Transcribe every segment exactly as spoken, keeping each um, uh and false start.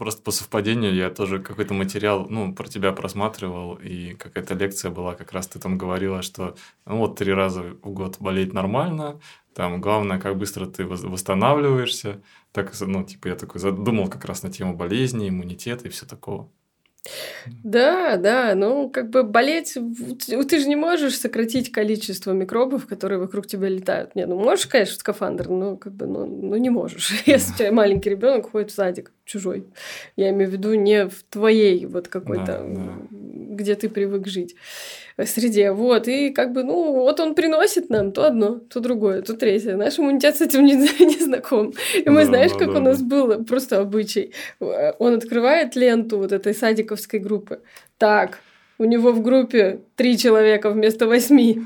просто по совпадению я тоже какой-то материал, ну, про тебя просматривал, и какая-то лекция была, как раз ты там говорила, что ну, вот три раза в год болеть нормально, там главное, как быстро ты восстанавливаешься. Так, ну, типа, я такой задумал как раз на тему болезни, иммунитета и все такого. Да, да, ну, как бы болеть... Ты же не можешь сократить количество микробов, которые вокруг тебя летают. Не, ну, можешь, конечно, в скафандр, но как бы, ну, ну не можешь. Если у тебя маленький ребенок ходит в садик чужой. Я имею в виду не в твоей вот какой-то, Да, да. где ты привык жить, среде. Вот, и как бы, ну, вот он приносит нам то одно, то другое, то третье. Наш иммунитет с этим не, не знаком. И мы, Да, знаешь, да, как да, у нас да. было просто обычай. Он открывает ленту вот этой садиковской группы. Так, у него в группе три человека вместо восьми.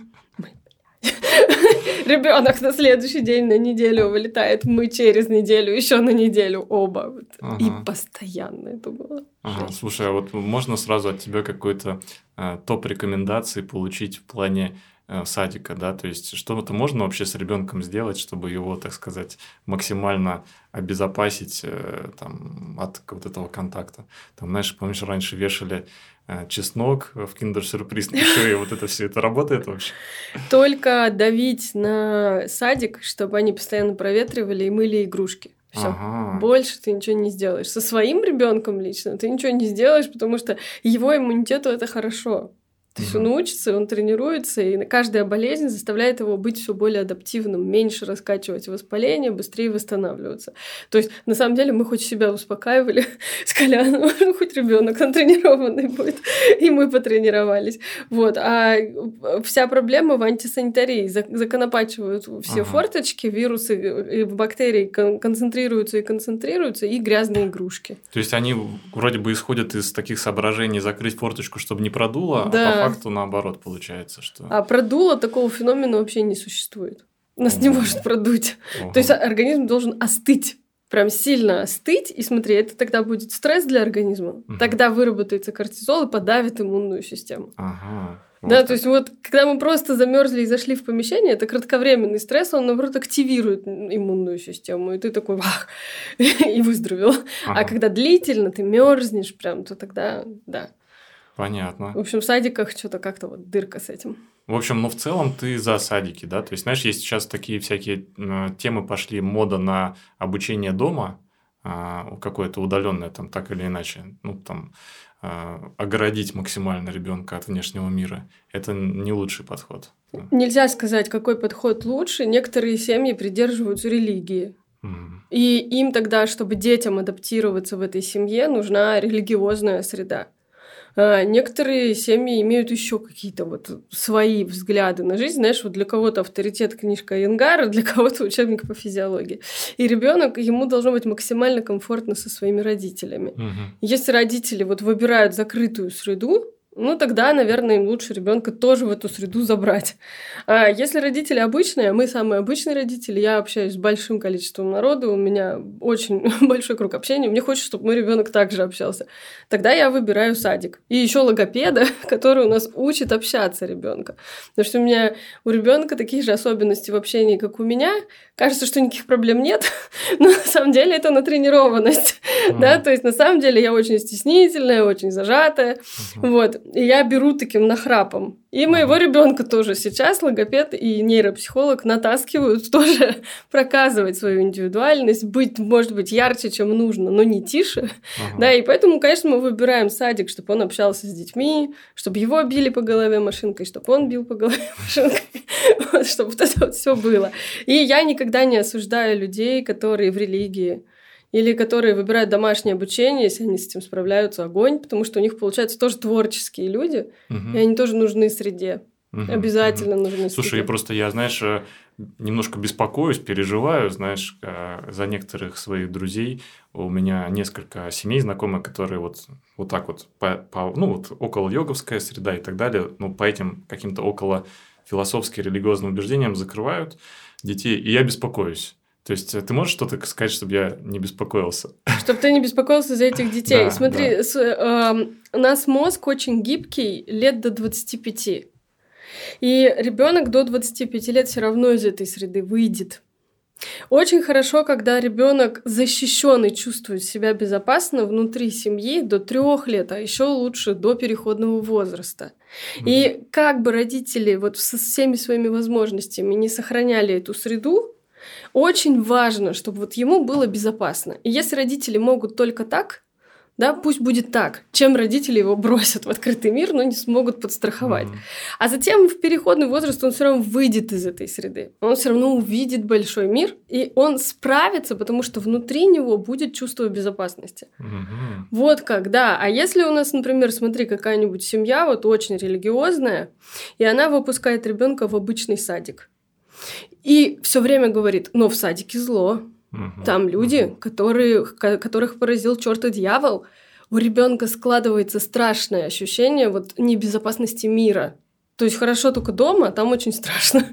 Ребенок на следующий день на неделю вылетает, мы через неделю, еще на неделю оба. Вот. Ага. И постоянно это было. Ага. Жесть. Слушай, а вот можно сразу от тебя какой-то э, топ рекомендаций получить в плане э, садика, да? То есть что-то можно вообще с ребенком сделать, чтобы его, так сказать, максимально обезопасить э, там, от вот этого контакта? Там, знаешь, помнишь, раньше вешали э, чеснок в киндер-сюрприз на шее, вот это все, это работает вообще? Только давить на садик, чтобы они постоянно проветривали и мыли игрушки. Все. Ага. Больше ты ничего не сделаешь. Со своим ребенком лично ты ничего не сделаешь, потому что его иммунитету это хорошо. То есть он учится, он тренируется, и каждая болезнь заставляет его быть все более адаптивным, меньше раскачивать воспаление, быстрее восстанавливаться. То есть, на самом деле, мы хоть себя успокаивали, сказали, ну, хоть ребенок натренированный будет, и мы потренировались. Вот. А вся проблема в антисанитарии. Законопачивают все ага. форточки, вирусы и бактерии концентрируются и концентрируются, и грязные игрушки. То есть, они вроде бы исходят из таких соображений закрыть форточку, чтобы не продуло, да. а по факту наоборот получается, что... А продуло такого феномена вообще не существует. Нас О-о-о. не может продуть. О-о-о. То есть организм должен остыть. Прям сильно остыть. И смотри, это тогда будет стресс для организма. Угу. Тогда выработается кортизол и подавит иммунную систему. Ага. Вот да, так. То есть вот когда мы просто замерзли и зашли в помещение, это кратковременный стресс, он, наоборот, активирует иммунную систему, и ты такой вах, и выздоровел. Ага. А когда длительно ты мерзнешь прям, то тогда, да. Понятно. В общем, в садиках что-то как-то вот дырка с этим. В общем, ну в целом ты за садики, да? То есть, знаешь, есть сейчас такие всякие э, темы пошли, мода на обучение дома, э, какое-то удаленное там так или иначе, ну там э, огородить максимально ребенка от внешнего мира. Это не лучший подход. Нельзя сказать, какой подход лучше. Некоторые семьи придерживаются религии. Mm. И им тогда, чтобы детям адаптироваться в этой семье, нужна религиозная среда. А некоторые семьи имеют еще какие-то вот свои взгляды на жизнь. Знаешь, вот для кого-то авторитет книжка Янгара, для кого-то учебник по физиологии. И ребенок, ему должно быть максимально комфортно со своими родителями. Угу. Если родители вот выбирают закрытую среду, ну, тогда, наверное, им лучше ребенка тоже в эту среду забрать. А если родители обычные, а мы самые обычные родители, я общаюсь с большим количеством народу, у меня очень большой круг общения, мне хочется, чтобы мой ребенок также общался. Тогда я выбираю садик. И еще логопеда, который у нас учит общаться ребенка. Потому что у меня у ребенка такие же особенности в общении, как у меня. Кажется, что никаких проблем нет, но на самом деле это натренированность. Mm. Да? То есть на самом деле я очень стеснительная, очень зажатая. Mm-hmm. Вот. И я беру таким нахрапом. И моего ребенка тоже сейчас логопед и нейропсихолог натаскивают тоже проказывать свою индивидуальность, быть, может быть, ярче, чем нужно, но не тише. Ага. Да, и поэтому, конечно, мы выбираем садик, чтобы он общался с детьми, чтобы его били по голове машинкой, чтобы он бил по голове машинкой, вот, чтобы вот это вот все было. И я никогда не осуждаю людей, которые в религии, или которые выбирают домашнее обучение, если они с этим справляются, огонь, потому что у них, получается, тоже творческие люди, угу. и они тоже нужны среде. Угу. Обязательно угу. нужны среде. Слушай, я просто, я, знаешь, немножко беспокоюсь, переживаю, знаешь, за некоторых своих друзей. У меня несколько семей знакомых, которые вот, вот так вот, по, по, ну, вот около йоговская среда и так далее, ну, по этим каким-то около философским религиозным убеждениям закрывают детей, и я беспокоюсь. То есть ты можешь что-то сказать, чтобы я не беспокоился? Чтобы ты не беспокоился за этих детей. Да, Смотри, да. С, э, у нас мозг очень гибкий лет до двадцати пяти. И ребенок до двадцати пяти лет все равно из этой среды выйдет. Очень хорошо, когда ребенок защищен и чувствует себя безопасно внутри семьи до трех лет, а еще лучше до переходного возраста. Mm-hmm. И как бы родители вот со всеми своими возможностями не сохраняли эту среду, очень важно, чтобы вот ему было безопасно. И если родители могут только так, да, пусть будет так, чем родители его бросят в открытый мир, но не смогут подстраховать. Mm-hmm. А затем в переходный возраст он все равно выйдет из этой среды. Он все равно увидит большой мир, и он справится, потому что внутри него будет чувство безопасности. Mm-hmm. Вот как, да. А если у нас, например, смотри, какая-нибудь семья вот очень религиозная, и она выпускает ребенка в обычный садик, и все время говорит: но в садике зло. Там люди, которые, которых поразил черт и дьявол, у ребенка складывается страшное ощущение вот небезопасности мира. То есть хорошо только дома, а там очень страшно.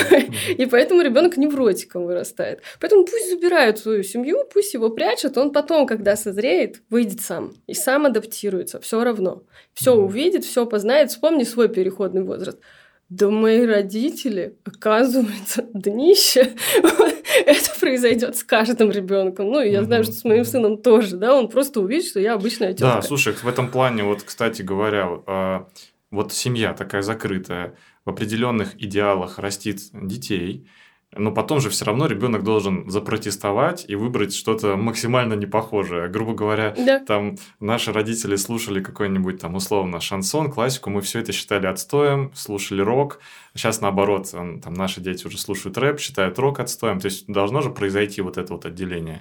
И поэтому ребенок невротиком вырастает. Поэтому пусть забирают свою семью, пусть его прячут, он потом, когда созреет, выйдет сам и сам адаптируется. Все равно. Все увидит, все познает. Вспомни свой переходный возраст. Да мои родители, оказывается, днище. Это произойдет с каждым ребенком. Ну, и я знаю, что с моим сыном тоже, да, он просто увидит, что я обычная тетка. Да, слушай, в этом плане, вот, кстати говоря, вот семья такая закрытая, в определенных идеалах растит детей, но потом же все равно ребенок должен запротестовать и выбрать что-то максимально непохожее. Грубо говоря, да. Там наши родители слушали какой-нибудь там условно шансон, классику, мы все это считали отстоем, слушали рок. Сейчас наоборот, там наши дети уже слушают рэп, считают рок отстоем. То есть должно же произойти вот это вот отделение.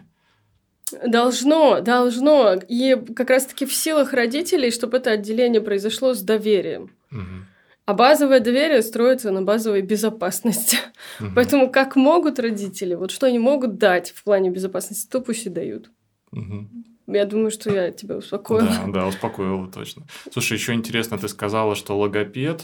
Должно, должно. И как раз-таки в силах родителей, чтобы это отделение произошло с доверием. Угу. А базовое доверие строится на базовой безопасности. Угу. Поэтому как могут родители, вот что они могут дать в плане безопасности, то пусть и дают. Угу. Я думаю, что я тебя успокоила. Да, да, успокоила точно. Слушай, еще интересно, ты сказала, что логопед,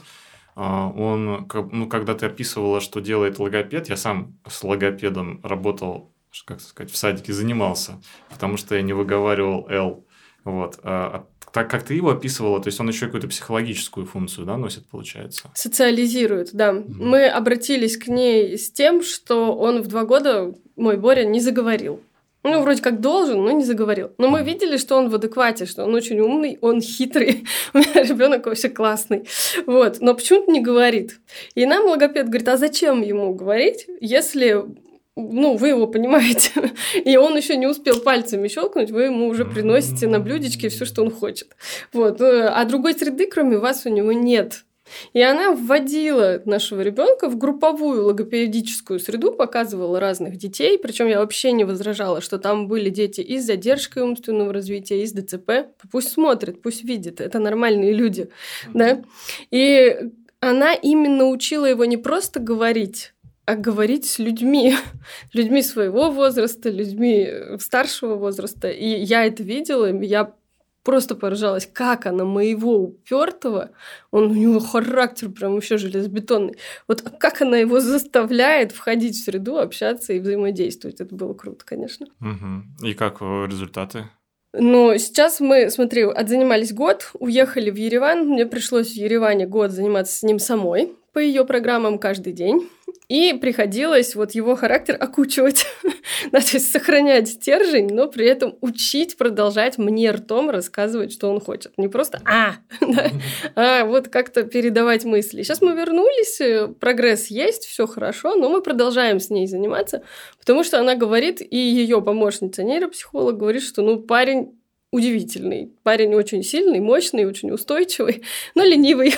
он, ну, когда ты описывала, что делает логопед, я сам с логопедом работал, как сказать, в садике занимался, потому что я не выговаривал «л». Вот. А так как ты его описывала, то есть он еще какую-то психологическую функцию, да, носит, получается? Социализирует, да. Mm-hmm. Мы обратились к ней с тем, что он в два года, мой Боря, не заговорил. Ну, вроде как должен, но не заговорил. Но мы видели, что он в адеквате, что он очень умный, он хитрый. У меня ребенок вообще классный. Вот. Но почему-то не говорит. И нам логопед говорит: а зачем ему говорить, если... Ну, вы его понимаете, и он еще не успел пальцами щелкнуть, вы ему уже приносите на блюдечке все, что он хочет. Вот. А другой среды, кроме вас, у него нет. И она вводила нашего ребенка в групповую логопедическую среду, показывала разных детей, причем я вообще не возражала, что там были дети и с задержкой умственного развития, и с ДЦП. Пусть смотрят, пусть видят, это нормальные люди. Да? И она именно учила его не просто говорить, а говорить с людьми, людьми своего возраста, людьми старшего возраста. И я это видела, я просто поражалась, как она моего упертого, он, у него характер прям вообще железобетонный, вот как она его заставляет входить в среду, общаться и взаимодействовать. Это было круто, конечно. Угу. И как результаты? Ну, сейчас мы, смотри, отзанимались год, уехали в Ереван, мне пришлось в Ереване год заниматься с ним самой, по ее программам каждый день. И приходилось вот его характер окучивать, да, то есть сохранять стержень, но при этом учить продолжать мне ртом рассказывать, что он хочет. Не просто «а», да, а вот как-то передавать мысли. Сейчас мы вернулись, прогресс есть, все хорошо, но мы продолжаем с ней заниматься, потому что она говорит, и ее помощница нейропсихолог говорит, что ну парень удивительный. Парень очень сильный, мощный, очень устойчивый, но ленивый.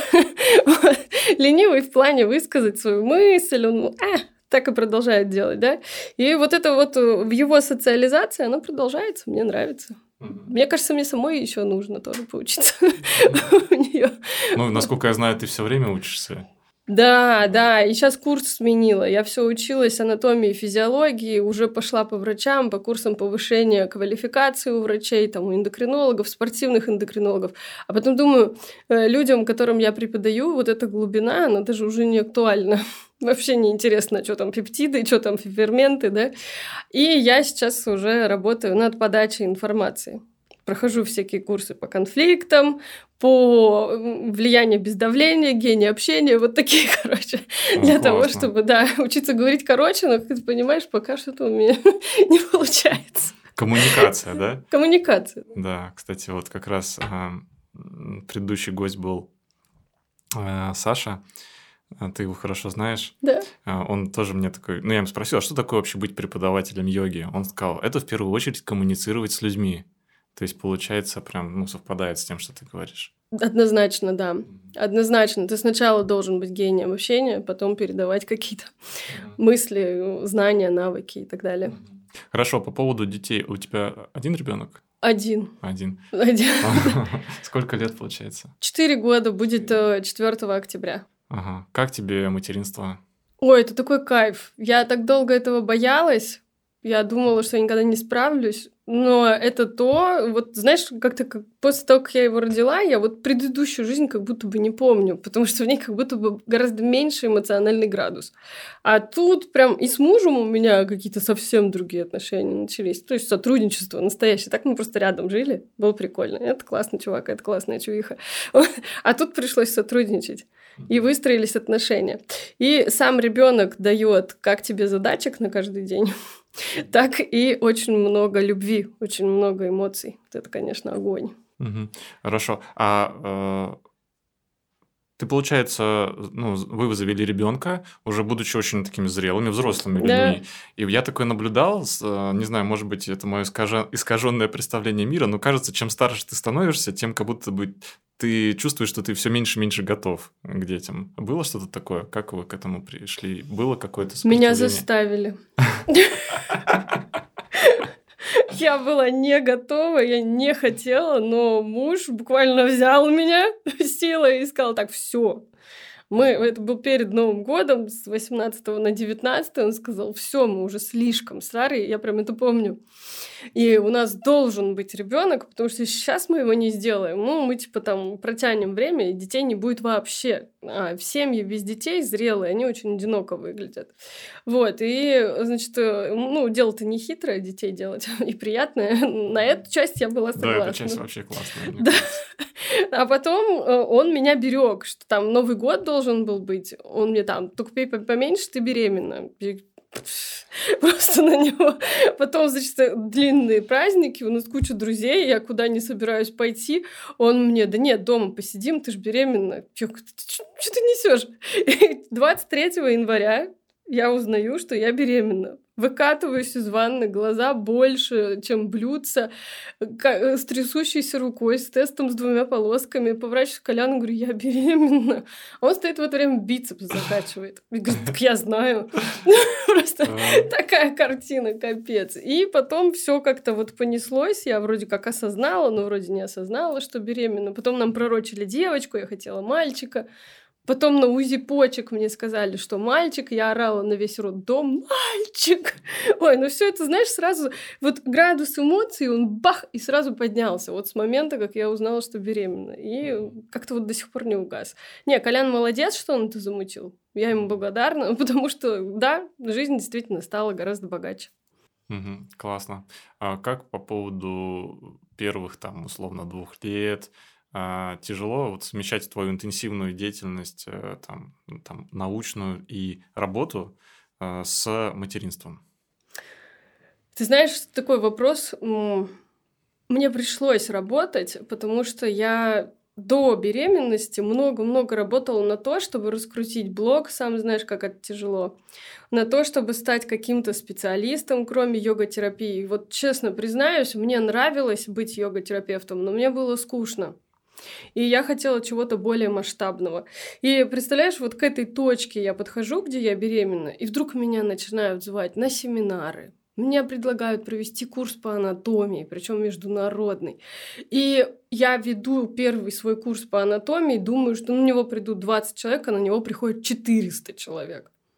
Ленивый в плане высказать свою мысль. Он а, так и продолжает делать, да? И вот это вот в его социализации, оно продолжается, мне нравится. Мне кажется, мне самой еще нужно тоже поучиться у нее. Ну, насколько я знаю, ты все время учишься. Да, да, и сейчас курс сменила. Я все училась анатомии и физиологии, уже пошла по врачам, по курсам повышения квалификации у врачей, там, у эндокринологов, спортивных эндокринологов. А потом думаю, людям, которым я преподаю, вот эта глубина, она даже уже не актуальна. Вообще не интересно, что там пептиды, что там ферменты, да. И я сейчас уже работаю над подачей информации. Прохожу всякие курсы по конфликтам, по влиянию без давления, гений общения, вот такие, короче, О, для классно. того, чтобы, да, учиться говорить короче, но, как ты понимаешь, пока что-то у меня не получается. Коммуникация, да? Коммуникация. Да, кстати, вот как раз а, предыдущий гость был а, Саша, а, ты его хорошо знаешь. Да. А, он тоже мне такой... Ну, я ему спросил, а что такое вообще быть преподавателем йоги? Он сказал, это в первую очередь коммуницировать с людьми. То есть, получается, прям ну, совпадает с тем, что ты говоришь. Однозначно, да. Однозначно. Ты сначала должен быть гением общения, потом передавать какие-то mm-hmm. мысли, знания, навыки и так далее. Mm-hmm. Хорошо, по поводу детей. У тебя один ребенок? Один. Один. Один. Сколько лет, получается? Четыре года, будет четвёртого октября. Ага. Как тебе материнство? Ой, это такой кайф. Я так долго этого боялась. Я думала, что я никогда не справлюсь. Но это то, вот знаешь, как-то как, после того, как я его родила, я вот предыдущую жизнь как будто бы не помню, потому что в ней как будто бы гораздо меньше эмоциональный градус. А тут прям и с мужем у меня какие-то совсем другие отношения начались. То есть сотрудничество настоящее. Так мы просто рядом жили. Было прикольно. Это классный чувак, это классная чувиха. А тут пришлось сотрудничать. И выстроились отношения. И сам ребенок дает как тебе задачек на каждый день, так и очень много любви, очень много эмоций. Это, конечно, огонь. Угу. Хорошо. А э, ты, получается, ну, вы завели ребенка, уже будучи очень такими зрелыми, взрослыми людьми. Да. И я такое наблюдал, не знаю, может быть, это мое искаженное представление мира, но кажется, чем старше ты становишься, тем как будто бы ты чувствуешь, что ты все меньше и меньше готов к детям. Было что-то такое? Как вы к этому пришли? Было какое-то сопротивление? Меня заставили. Я была не готова, я не хотела, но муж буквально взял меня силой и сказал: так, все. Мы, это был перед Новым годом, с восемнадцатого на девятнадцатое, он сказал: все, мы уже слишком старые, я прям это помню. И у нас должен быть ребенок, потому что сейчас мы его не сделаем. Ну, мы типа там протянем время, и детей не будет вообще. А в семье без детей зрелые, они очень одиноко выглядят. Вот, и, значит, ну, дело-то не хитрое, детей делать, и приятное. На эту часть я была согласна. Да, эта часть вообще классная. Да. А потом он меня берег, что там Новый год должен был быть. Он мне там: только пей поменьше, ты беременна. Просто на него. Потом, значит, длинные праздники, у нас куча друзей, я куда не собираюсь пойти. Он мне: да нет, дома посидим, ты же беременна. Я говорю: что ты несешь? двадцать третьего января я узнаю, что я беременна. Выкатываюсь из ванны, глаза больше, чем блюдца, с трясущейся рукой, с тестом с двумя полосками. Поворачиваюсь к Коляну, говорю: я беременна. А он стоит в это время, бицепс закачивает. И говорит: так я знаю. Просто такая картина, капец. И потом все как-то вот понеслось. Я вроде как осознала, но вроде не осознала, что беременна. Потом нам пророчили девочку, я хотела мальчика. Потом на УЗИ почек мне сказали, что мальчик. Я орала на весь роддом: мальчик! Ой, ну все это, знаешь, сразу вот градус эмоций, он бах, и сразу поднялся. Вот с момента, как я узнала, что беременна. И как-то вот до сих пор не угас. Не, Колян молодец, что он это замутил. Я ему благодарна, потому что, да, жизнь действительно стала гораздо богаче. Угу, классно. А как по поводу первых, там, условно, двух лет... тяжело вот совмещать твою интенсивную деятельность, там, там, научную и работу с материнством? Ты знаешь, такой вопрос. Мне пришлось работать, потому что я до беременности много-много работала на то, чтобы раскрутить блог, сам знаешь, как это тяжело, на то, чтобы стать каким-то специалистом, кроме йога-терапии. Вот честно признаюсь, мне нравилось быть йога-терапевтом, но мне было скучно. И я хотела чего-то более масштабного. И представляешь, вот к этой точке я подхожу, где я беременна, и вдруг меня начинают звать на семинары. Мне предлагают провести курс по анатомии, причем международный. И я веду первый свой курс по анатомии, думаю, что на него придут двадцать человек, а на него приходит четыреста человек.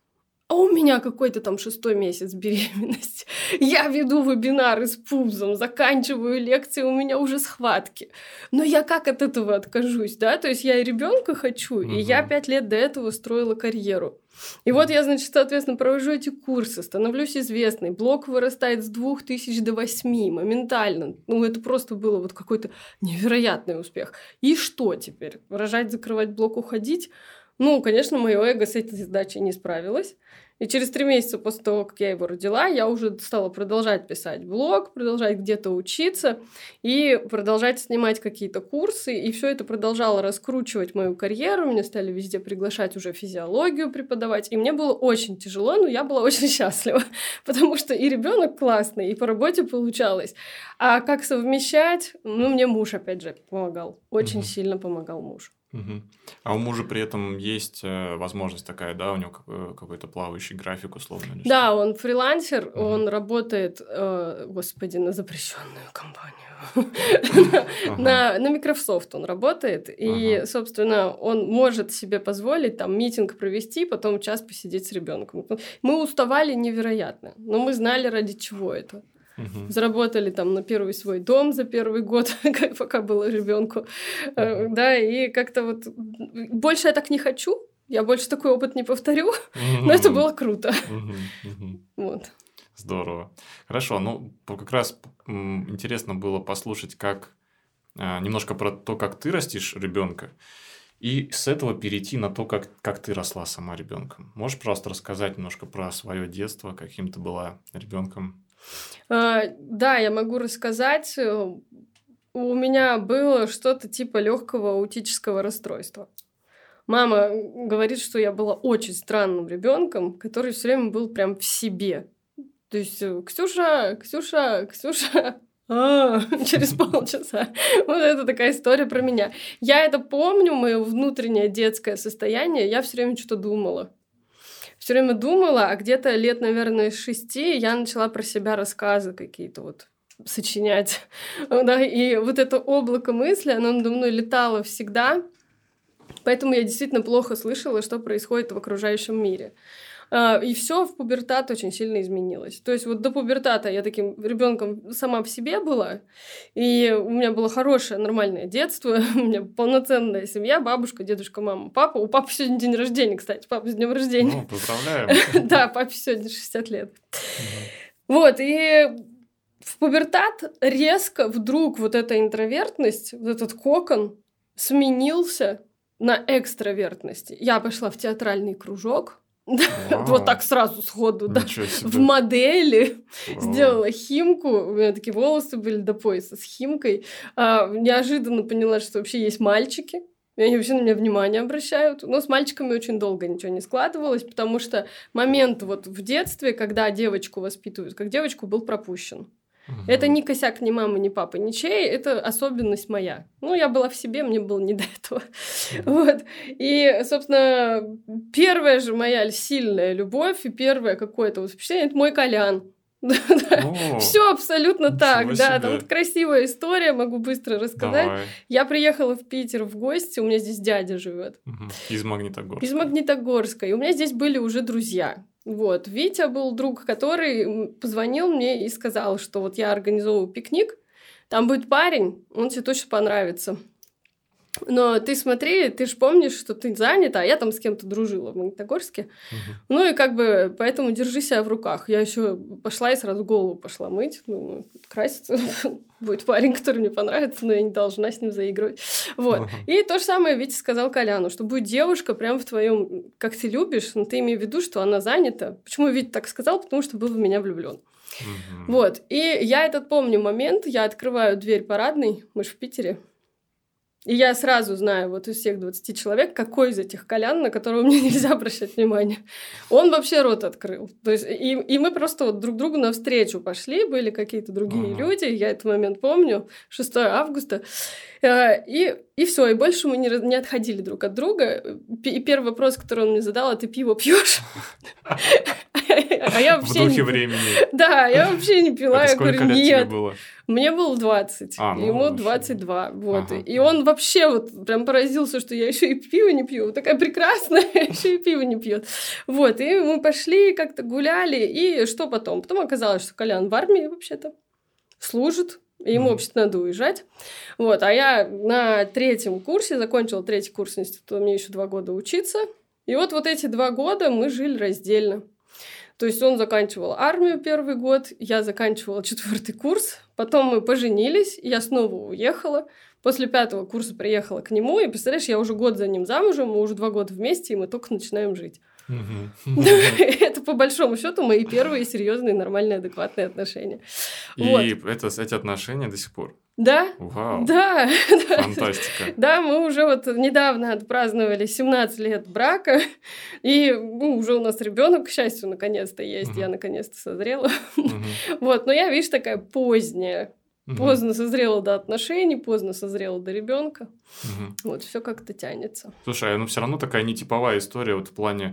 А у меня какой-то там шестой месяц беременности. Я веду вебинары с пузом, заканчиваю лекции, у меня уже схватки. Но я как от этого откажусь, да? То есть я и ребенка хочу, mm-hmm. и я пять лет до этого строила карьеру. И вот я, значит, соответственно, провожу эти курсы, становлюсь известной, блог вырастает с двух тысяч до восьми моментально. Ну, это просто было вот какой-то невероятный успех. И что теперь? Рожать, закрывать блог, уходить? Ну, конечно, мое эго с этой задачей не справилось. И через три месяца после того, как я его родила, я уже стала продолжать писать блог, продолжать где-то учиться и продолжать снимать какие-то курсы. И все это продолжало раскручивать мою карьеру. Меня стали везде приглашать уже физиологию преподавать. И мне было очень тяжело, но я была очень счастлива, потому что и ребенок классный, и по работе получалось. А как совмещать? Ну, мне муж, опять же, помогал. Очень mm-hmm. сильно помогал муж. Угу. А у мужа при этом есть э, возможность такая, да, у него какой- какой-то плавающий график условно? Или да, что? Он фрилансер, угу. он работает, э, господи, на запрещенную компанию. на, на Microsoft он работает, и, ага. собственно, он может себе позволить там митинг провести, потом час посидеть с ребенком. Мы уставали невероятно, но мы знали, ради чего это. Угу. Заработали там на первый свой дом за первый год, пока было ребенку, угу. да, и как-то вот больше я так не хочу, я больше такой опыт не повторю, угу. но это было круто. Угу. Угу. Вот. Здорово. Хорошо, ну как раз м, интересно было послушать, как а, немножко про то, как ты растишь ребенка, и с этого перейти на то, как, как ты росла сама ребенком. Можешь просто рассказать немножко про свое детство, каким ты была ребенком? Uh, да, я могу рассказать. У меня было что-то типа легкого аутического расстройства. Мама говорит, что я была очень странным ребенком, который все время был прям в себе. То есть Ксюша, Ксюша, Ксюша. А, через полчаса. Вот это такая история про меня. Я это помню, мое внутреннее детское состояние. Я все время что-то думала. Все время думала, а где-то лет, наверное, с шести я начала про себя рассказы какие-то вот сочинять. Да, и вот это облако мысли, оно надо мной летало всегда, поэтому я действительно плохо слышала, что происходит в окружающем мире. И все в пубертат очень сильно изменилось. То есть вот до пубертата я таким ребенком сама по себе была, и у меня было хорошее, нормальное детство, у меня полноценная семья, бабушка, дедушка, мама, папа. У папы сегодня день рождения, кстати, папа с днем рождения. Ну, поздравляем. Да, папе сегодня шестьдесят лет. Вот, и в пубертат резко вдруг вот эта интровертность, вот этот кокон сменился на экстравертность. Я пошла в театральный кружок, вот так сразу сходу, да, в модели, Вау. Сделала химку, у меня такие волосы были до пояса с химкой, а, неожиданно поняла, что вообще есть мальчики, и они вообще на меня внимание обращают, но с мальчиками очень долго ничего не складывалось, потому что момент вот в детстве, когда девочку воспитывают как девочку, был пропущен. Угу. Это не косяк ни мамы, ни папы, ничей, это особенность моя. Ну, я была в себе, мне было не до этого. Угу. Вот. И, собственно, первая же моя сильная любовь и первое какое-то вот впечатление — это мой Колян. Все абсолютно так, да, там красивая история, могу быстро рассказать. Давай. Я приехала в Питер в гости, у меня здесь дядя живет. Угу. Из Магнитогорска. Из Магнитогорска, и у меня здесь были уже друзья. Вот, Витя был друг, который позвонил мне и сказал, что вот я организовываю пикник, там будет парень, он тебе точно понравится. Но ты смотри, ты же помнишь, что ты занята, а я там с кем-то дружила в Магнитогорске. Угу. Ну и как бы поэтому держи себя в руках. Я еще пошла и сразу голову пошла мыть. Думаю, краситься будет парень, который мне понравится, но я не должна с ним заигрывать. Вот. Угу. И то же самое Витя сказал Коляну, что будет девушка прям в твоем, как ты любишь, но ты имей в виду, что она занята. Почему Витя так сказал? Потому что был в меня влюблен. Угу. Вот. И я этот помню момент, я открываю дверь парадной, мы же в Питере. И я сразу знаю вот из всех двадцати человек, какой из этих Колян, на которого мне нельзя обращать внимание. Он вообще рот открыл. То есть, и, и мы просто вот друг другу навстречу пошли, были какие-то другие uh-huh. люди, я этот момент помню, шестого августа. И, и все, и больше мы не, не отходили друг от друга. И первый вопрос, который он мне задал: а ты пиво пьешь? А А я в духе времени. Да, я вообще не пила. Это я сколько говорю, лет нет. тебе было? Мне было двадцать, а, ну, ему двадцать два. Вот. Ага. И он вообще вот прям поразился, что я еще и пиво не пью. Такая прекрасная, еще и пиво не пьет. Вот. И мы пошли, как-то гуляли. И что потом? Потом оказалось, что Колян в армии вообще-то служит. И ему, mm-hmm. вообще-то, надо уезжать. Вот. А я на третьем курсе, закончила третий курс института, мне еще два года учиться. И вот вот эти два года мы жили раздельно. То есть он заканчивал армию первый год, я заканчивала четвертый курс, потом мы поженились, я снова уехала. После пятого курса приехала к нему, и, представляешь, я уже год за ним замужем, мы уже два года вместе, и мы только начинаем жить. Это, по большому счету, мои первые серьезные, нормальные, адекватные отношения. И это, эти отношения до сих пор? Да, Вау. да, фантастика. Да, мы уже вот недавно отпраздновали семнадцать лет брака, и ну, уже у нас ребенок, к счастью, наконец-то есть, uh-huh. я наконец-то созрела. Uh-huh. Вот, но я, видишь, такая поздняя, uh-huh. поздно созрела до отношений, поздно созрела до ребенка. Uh-huh. Вот, все как-то тянется. Слушай, ну все равно такая нетиповая история вот в плане,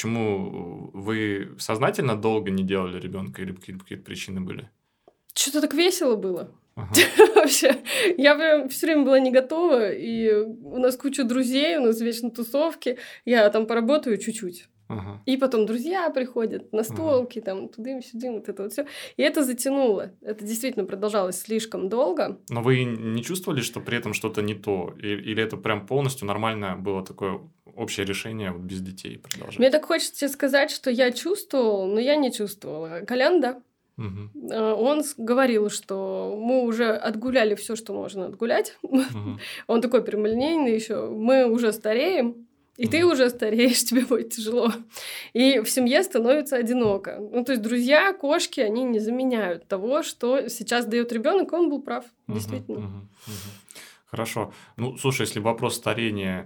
почему вы сознательно долго не делали ребенка или какие-то причины были? Что-то так весело было. Ага. Вообще, я прям все время была не готова, и у нас куча друзей, у нас вечно тусовки, я там поработаю чуть-чуть. Ага. И потом друзья приходят, настолки, ага. там, тудым-сюдым, вот это вот все. И это затянуло. Это действительно продолжалось слишком долго. Но вы не чувствовали, что при этом что-то не то? Или это прям полностью нормальное было такое общее решение вот без детей продолжать? Мне так хочется тебе сказать, что я чувствовала, но я не чувствовала. Колян, да. Угу. Он говорил, что мы уже отгуляли все, что можно отгулять. Угу. Он такой прямолинейный еще. Мы уже стареем, и угу. ты уже стареешь, тебе будет тяжело. И в семье становится одиноко. Ну, то есть друзья, кошки, они не заменяют того, что сейчас дает ребенок. Он был прав, угу. действительно. Угу. Угу. Хорошо. Ну, слушай, если вопрос старения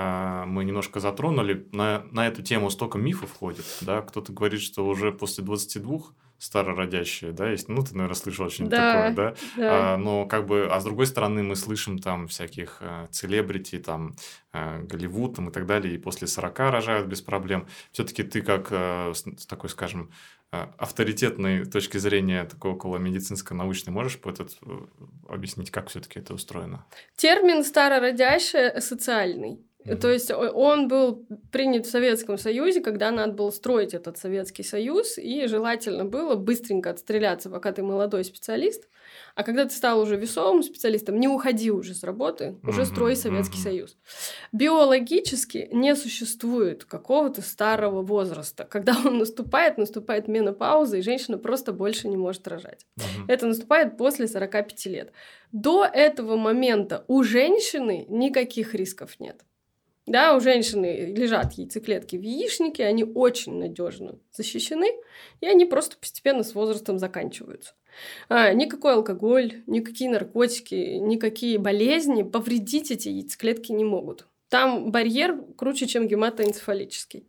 мы немножко затронули, на, на эту тему столько мифов ходит, да, кто-то говорит, что уже после двадцати двух старородящие, да, есть, ну, ты, наверное, слышала что-нибудь да, такое, да, да. А, но как бы, а с другой стороны мы слышим там всяких селебрити, там, а, Голливуд там, и так далее, и после сорока рожают без проблем. Все-таки ты как а, с, с такой, скажем, авторитетной точки зрения, такой около медицинско-научной, можешь этот, объяснить, как все-таки это устроено? Термин «старородящая» социальный. Mm-hmm. То есть он был принят в Советском Союзе, когда надо было строить этот Советский Союз, и желательно было быстренько отстреляться, пока ты молодой специалист, а когда ты стал уже весомым специалистом, не уходи уже с работы, уже mm-hmm. строй Советский mm-hmm. Союз. Биологически не существует какого-то старого возраста. Когда он наступает, наступает менопауза, и женщина просто больше не может рожать. Mm-hmm. Это наступает после сорока пяти лет. До этого момента у женщины никаких рисков нет. Да, у женщины лежат яйцеклетки в яичнике, они очень надежно защищены, и они просто постепенно с возрастом заканчиваются. А, никакой алкоголь, никакие наркотики, никакие болезни повредить эти яйцеклетки не могут. Там барьер круче, чем гематоэнцефалический.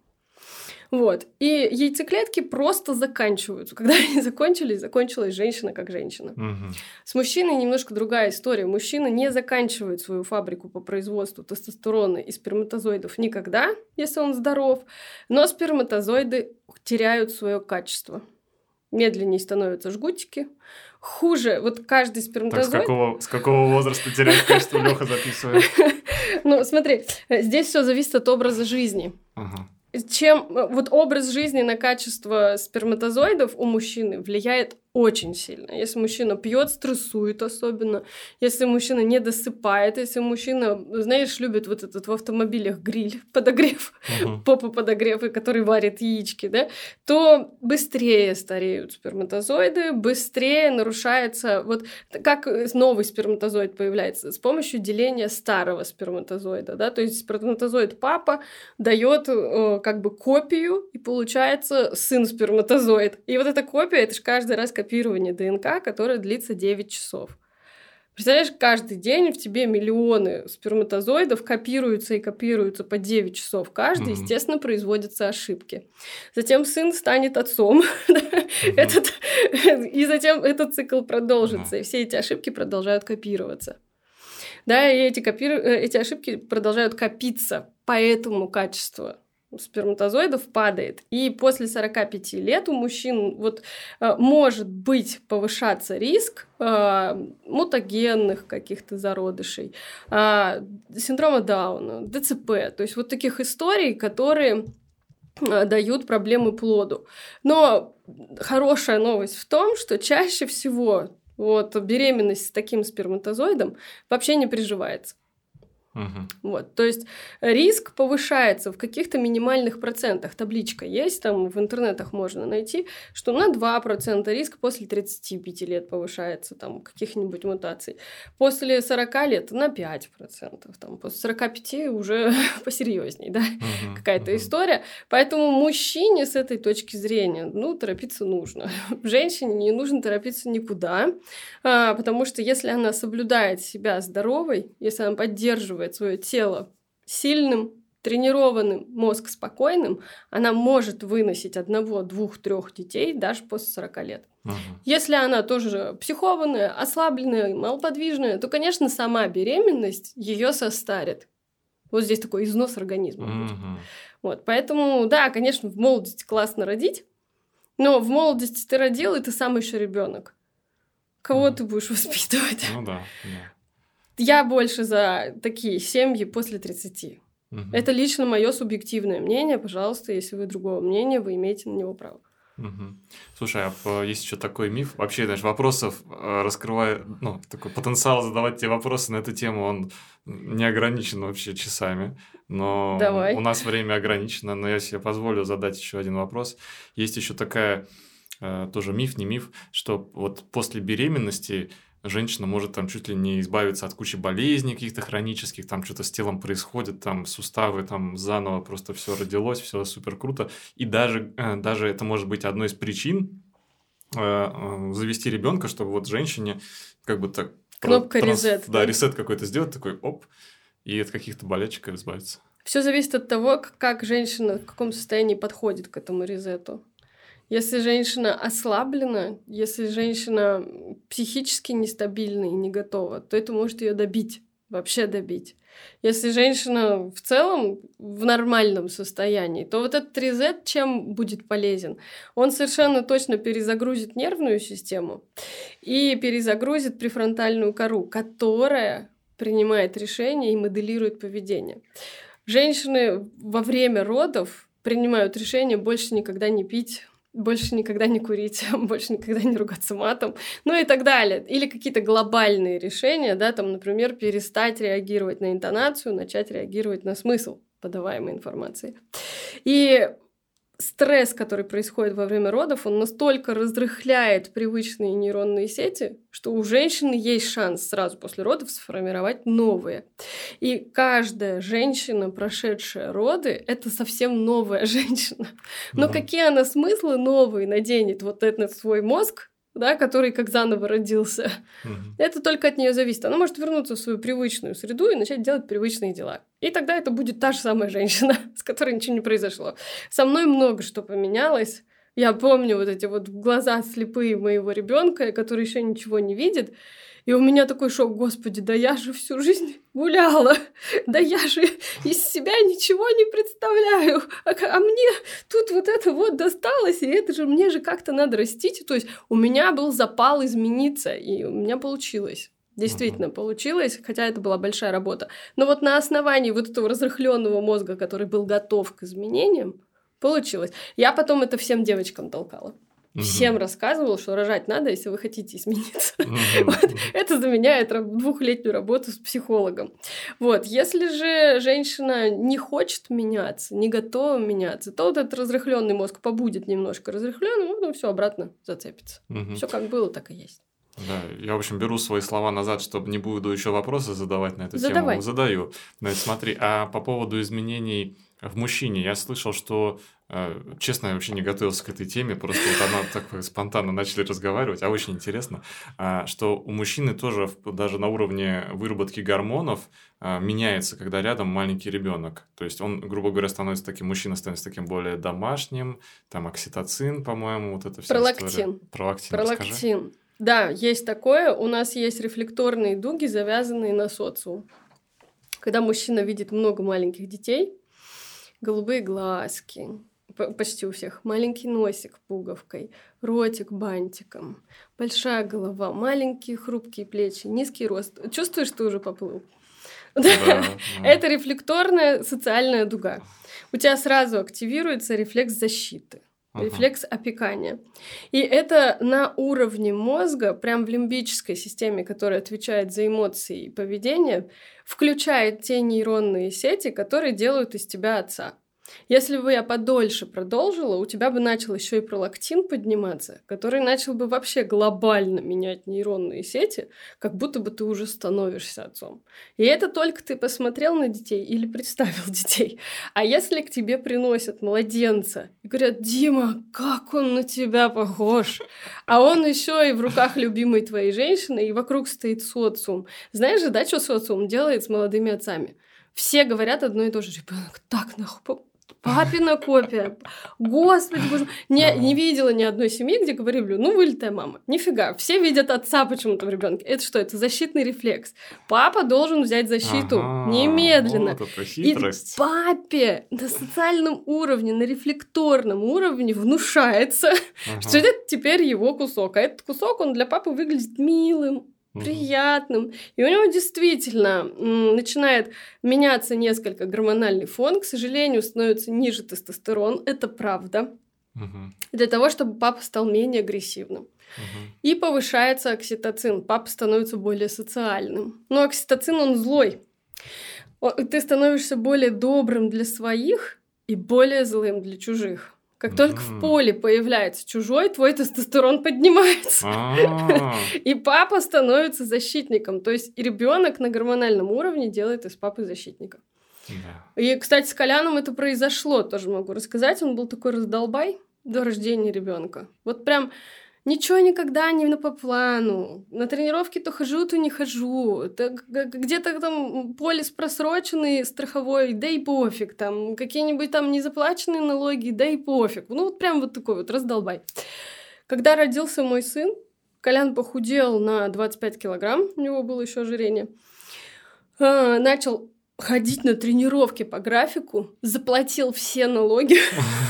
Вот. И яйцеклетки просто заканчиваются. Когда они закончились, закончилась женщина как женщина. Угу. С мужчиной немножко другая история. Мужчина не заканчивает свою фабрику по производству тестостерона и сперматозоидов никогда, если он здоров, но сперматозоиды теряют свое качество. Медленнее становятся жгутики. Хуже, вот каждый сперматозоид... Так с какого, с какого возраста теряет качество, Лёха записывает? Ну, смотри, здесь все зависит от образа жизни. Ага. Чем вот образ жизни на качество сперматозоидов у мужчины влияет очень сильно. Если мужчина пьет, стрессует особенно, если мужчина не досыпает, если мужчина, знаешь, любит вот этот в автомобилях гриль, подогрев, uh-huh. попу подогрев, и который варит яички, да, то быстрее стареют сперматозоиды, быстрее нарушается, вот как новый сперматозоид появляется с помощью деления старого сперматозоида, да, то есть сперматозоид папа дает э, как бы копию, и получается сын сперматозоид. И вот эта копия, это же каждый раз копирование ДНК, которое длится девять часов. Представляешь, каждый день в тебе миллионы сперматозоидов копируются и копируются по девять часов каждый, mm-hmm. естественно, производятся ошибки. Затем сын станет отцом, mm-hmm. этот, и затем этот цикл продолжится, mm-hmm. и все эти ошибки продолжают копироваться. Да, и эти, копиру... эти ошибки продолжают копиться, поэтому качество сперматозоидов падает. И после сорока пяти лет у мужчин вот, э, может быть повышаться риск э, мутагенных каких-то зародышей, э, синдрома Дауна, ДЦП. То есть вот таких историй, которые э, дают проблемы плоду. Но хорошая новость в том, что чаще всего вот, беременность с таким сперматозоидом вообще не приживается. Мгм. Вот, то есть риск повышается в каких-то минимальных процентах. Табличка есть, там в интернетах можно найти, что на два процента риск после тридцати пяти лет повышается, там, каких-нибудь мутаций. После сорока лет на пять процентов, там, после сорока пяти уже посерьезней, да, Мгм. какая-то Мгм. история. Поэтому мужчине с этой точки зрения, ну, торопиться нужно. Женщине не нужно торопиться никуда, а, потому что если она соблюдает себя здоровой, если она поддерживает свое тело сильным, тренированным, мозг спокойным, она может выносить одного, двух, трех детей даже после сорока лет. Мгм. Если она тоже психованная, ослабленная, малоподвижная, то, конечно, сама беременность ее состарит. Вот здесь такой износ организма будет. Мгм. Вот, поэтому, да, конечно, в молодости классно родить, но в молодости ты родил, и ты сам еще ребенок. Кого Мгм. ты будешь воспитывать? Ну да, да. Я больше за такие семьи после тридцати. Мгм. Это лично мое субъективное мнение. Пожалуйста, если вы другого мнения, вы имеете на него право. Мгм. Слушай, а п- есть еще такой миф. Вообще, знаешь, вопросов э, раскрывая, ну, такой потенциал задавать тебе вопросы на эту тему, он не ограничен вообще часами. Но Давай. у нас время ограничено, но я себе позволю задать еще один вопрос. Есть еще такая, э, тоже миф, не миф, что вот после беременности женщина может там чуть ли не избавиться от кучи болезней каких-то хронических, там что-то с телом происходит, там суставы, там заново просто все родилось, все супер круто. И даже, э, даже это может быть одной из причин э, э, завести ребенка, чтобы вот женщине как бы так Кнопка транс- reset, да, да? ресет какой-то сделать, такой оп, и от каких-то болячек избавиться. Все зависит от того, к- как женщина в каком состоянии подходит к этому резету. Если женщина ослаблена, если женщина психически нестабильна и не готова, то это может ее добить, вообще добить. Если женщина в целом в нормальном состоянии, то вот этот резет чем будет полезен? Он совершенно точно перезагрузит нервную систему и перезагрузит префронтальную кору, которая принимает решения и моделирует поведение. Женщины во время родов принимают решение больше никогда не пить, больше никогда не курить, больше никогда не ругаться матом, ну и так далее. Или какие-то глобальные решения, да, там, например, перестать реагировать на интонацию, начать реагировать на смысл подаваемой информации. И стресс, который происходит во время родов, он настолько разрыхляет привычные нейронные сети, что у женщины есть шанс сразу после родов сформировать новые. И каждая женщина, прошедшая роды, это совсем новая женщина. Но Мгм. какие она смыслы новые наденет вот этот свой мозг, да, который как заново родился, Мгм. это только от нее зависит. Она может вернуться в свою привычную среду и начать делать привычные дела. И тогда это будет та же самая женщина, с которой ничего не произошло. Со мной много что поменялось. Я помню вот эти вот глаза слепые моего ребенка, который еще ничего не видит. И у меня такой шок: господи, да я же всю жизнь гуляла, да я же из себя ничего не представляю, а, а мне тут вот это вот досталось, и это же мне же как-то надо растить. То есть у меня был запал измениться, и у меня получилось. Действительно получилось, хотя это была большая работа. Но вот на основании вот этого разрыхленного мозга, который был готов к изменениям, получилось. Я потом это всем девочкам толкала. Всем Мгм. рассказывала, что рожать надо, если вы хотите измениться. Мгм. Вот. Это заменяет раб- двухлетнюю работу с психологом. Вот. Если же женщина не хочет меняться, не готова меняться, то вот этот разрыхленный мозг побудет немножко разрыхленным, потом все обратно зацепится. Мгм. Все как было, так и есть. Да, я, в общем, беру свои слова назад, чтобы не буду еще вопросы задавать на эту тему. Задавай. Задаю. Значит, смотри, а по поводу изменений в мужчине, я слышал, что, э, честно, я вообще не готовился к этой теме, просто вот она так спонтанно начали разговаривать, а очень интересно, а, что у мужчины тоже в- даже на уровне выработки гормонов а, меняется, когда рядом маленький ребенок. То есть он, грубо говоря, становится таким, мужчина становится таким более домашним, там окситоцин, по-моему, вот это вся Пролактин. история. Пролактин. Расскажи. Пролактин. Да, есть такое. У нас есть рефлекторные дуги, завязанные на социум. Когда мужчина видит много маленьких детей, голубые глазки, почти у всех, маленький носик пуговкой, ротик бантиком, большая голова, маленькие хрупкие плечи, низкий рост. Чувствуешь, что уже поплыл? Да, да. Это рефлекторная социальная дуга. У тебя сразу активируется рефлекс защиты. Рефлекс опекания. И это на уровне мозга, прям в лимбической системе, которая отвечает за эмоции и поведение, включает те нейронные сети, которые делают из тебя отца. Если бы я подольше продолжила, у тебя бы начал еще и пролактин подниматься, который начал бы вообще глобально менять нейронные сети, как будто бы ты уже становишься отцом. И это только ты посмотрел на детей или представил детей. А если к тебе приносят младенца и говорят: Дима, как он на тебя похож, а он еще и в руках любимой твоей женщины, и вокруг стоит социум. Знаешь же, да, что социум делает с молодыми отцами? Все говорят одно и то же: ребенок так нахуй. Папина копия. Господи, боже. Не, не видела ни одной семьи, где говорили: ну, вылитая мама. Нифига. Все видят отца почему-то в ребенке. Это что? Это защитный рефлекс. Папа должен взять защиту ага, немедленно. Вот это хитрость. И папе на социальном уровне, на рефлекторном уровне внушается, ага. что это теперь его кусок. А этот кусок, он для папы выглядит милым, приятным. И у него действительно м, начинает меняться несколько гормональный фон. К сожалению, становится ниже тестостерон. Это правда. Uh-huh. Для того, чтобы папа стал менее агрессивным. Uh-huh. И повышается окситоцин. Папа становится более социальным. Но окситоцин, он злой. Ты становишься более добрым для своих и более злым для чужих. Как mm-hmm. только в поле появляется чужой, твой тестостерон поднимается. И папа становится защитником. То есть ребенок на гормональном уровне делает из папы защитника. Yeah. И, кстати, с Коляном это произошло, тоже могу рассказать. Он был такой раздолбай до рождения ребенка. Вот прям ничего никогда не по плану. На тренировки то хожу, то не хожу. Где-то там полис просроченный страховой, да и пофиг. Там какие-нибудь там незаплаченные налоги, да и пофиг. Ну вот прям вот такой вот раздолбай. Когда родился мой сын, Колян похудел на двадцать пять килограмм, у него было еще ожирение. Начал ходить на тренировки по графику, заплатил все налоги.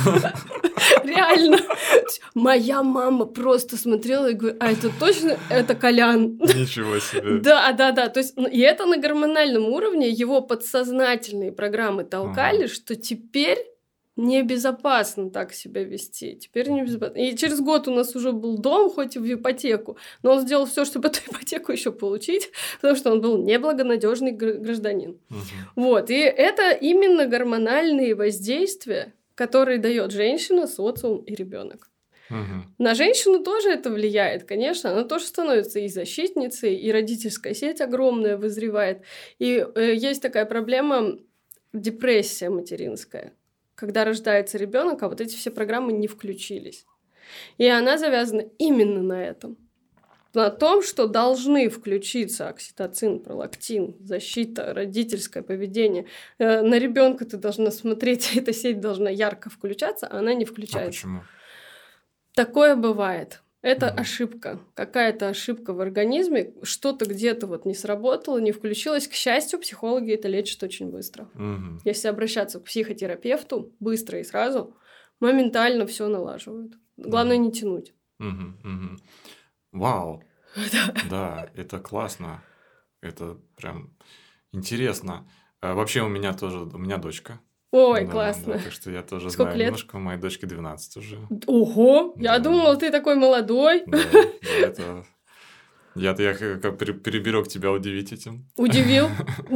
Реально. Моя мама просто смотрела и говорит: а это точно, это Колян? Ничего себе. Да, да, да. То есть, и это на гормональном уровне его подсознательные программы толкали, ага. что теперь небезопасно так себя вести. Теперь небезопасно. И через год у нас уже был дом, хоть и в ипотеку, но он сделал все, чтобы эту ипотеку еще получить, потому что он был неблагонадежный гражданин. Угу. Вот. И это именно гормональные воздействия, которые дает женщина, социум и ребенок. Угу. На женщину тоже это влияет, конечно. Она тоже становится и защитницей, и родительская сеть огромная вызревает. И э, есть такая проблема — депрессия материнская. Когда рождается ребенок, а вот эти все программы не включились. И она завязана именно на этом. На том, что должны включиться окситоцин, пролактин, защита, родительское поведение. На ребенка ты должна смотреть, эта сеть должна ярко включаться, а она не включается. А почему? Такое бывает. Это угу. ошибка. Какая-то ошибка в организме, что-то где-то вот не сработало, не включилось. К счастью, психологи это лечат очень быстро. Угу. Если обращаться к психотерапевту быстро и сразу, моментально все налаживают. Главное, угу. не тянуть. Угу, угу. Вау. Да. Да, это классно. Это прям интересно. А вообще у меня тоже, у меня дочка. Ой, да, классно. Да, так что я тоже Сколько знаю лет? немножко. Моей дочке двенадцать уже. Ого! Да. Я думала, ты такой молодой. Да, да, это... Я, я как переберег тебя удивить этим. Удивил?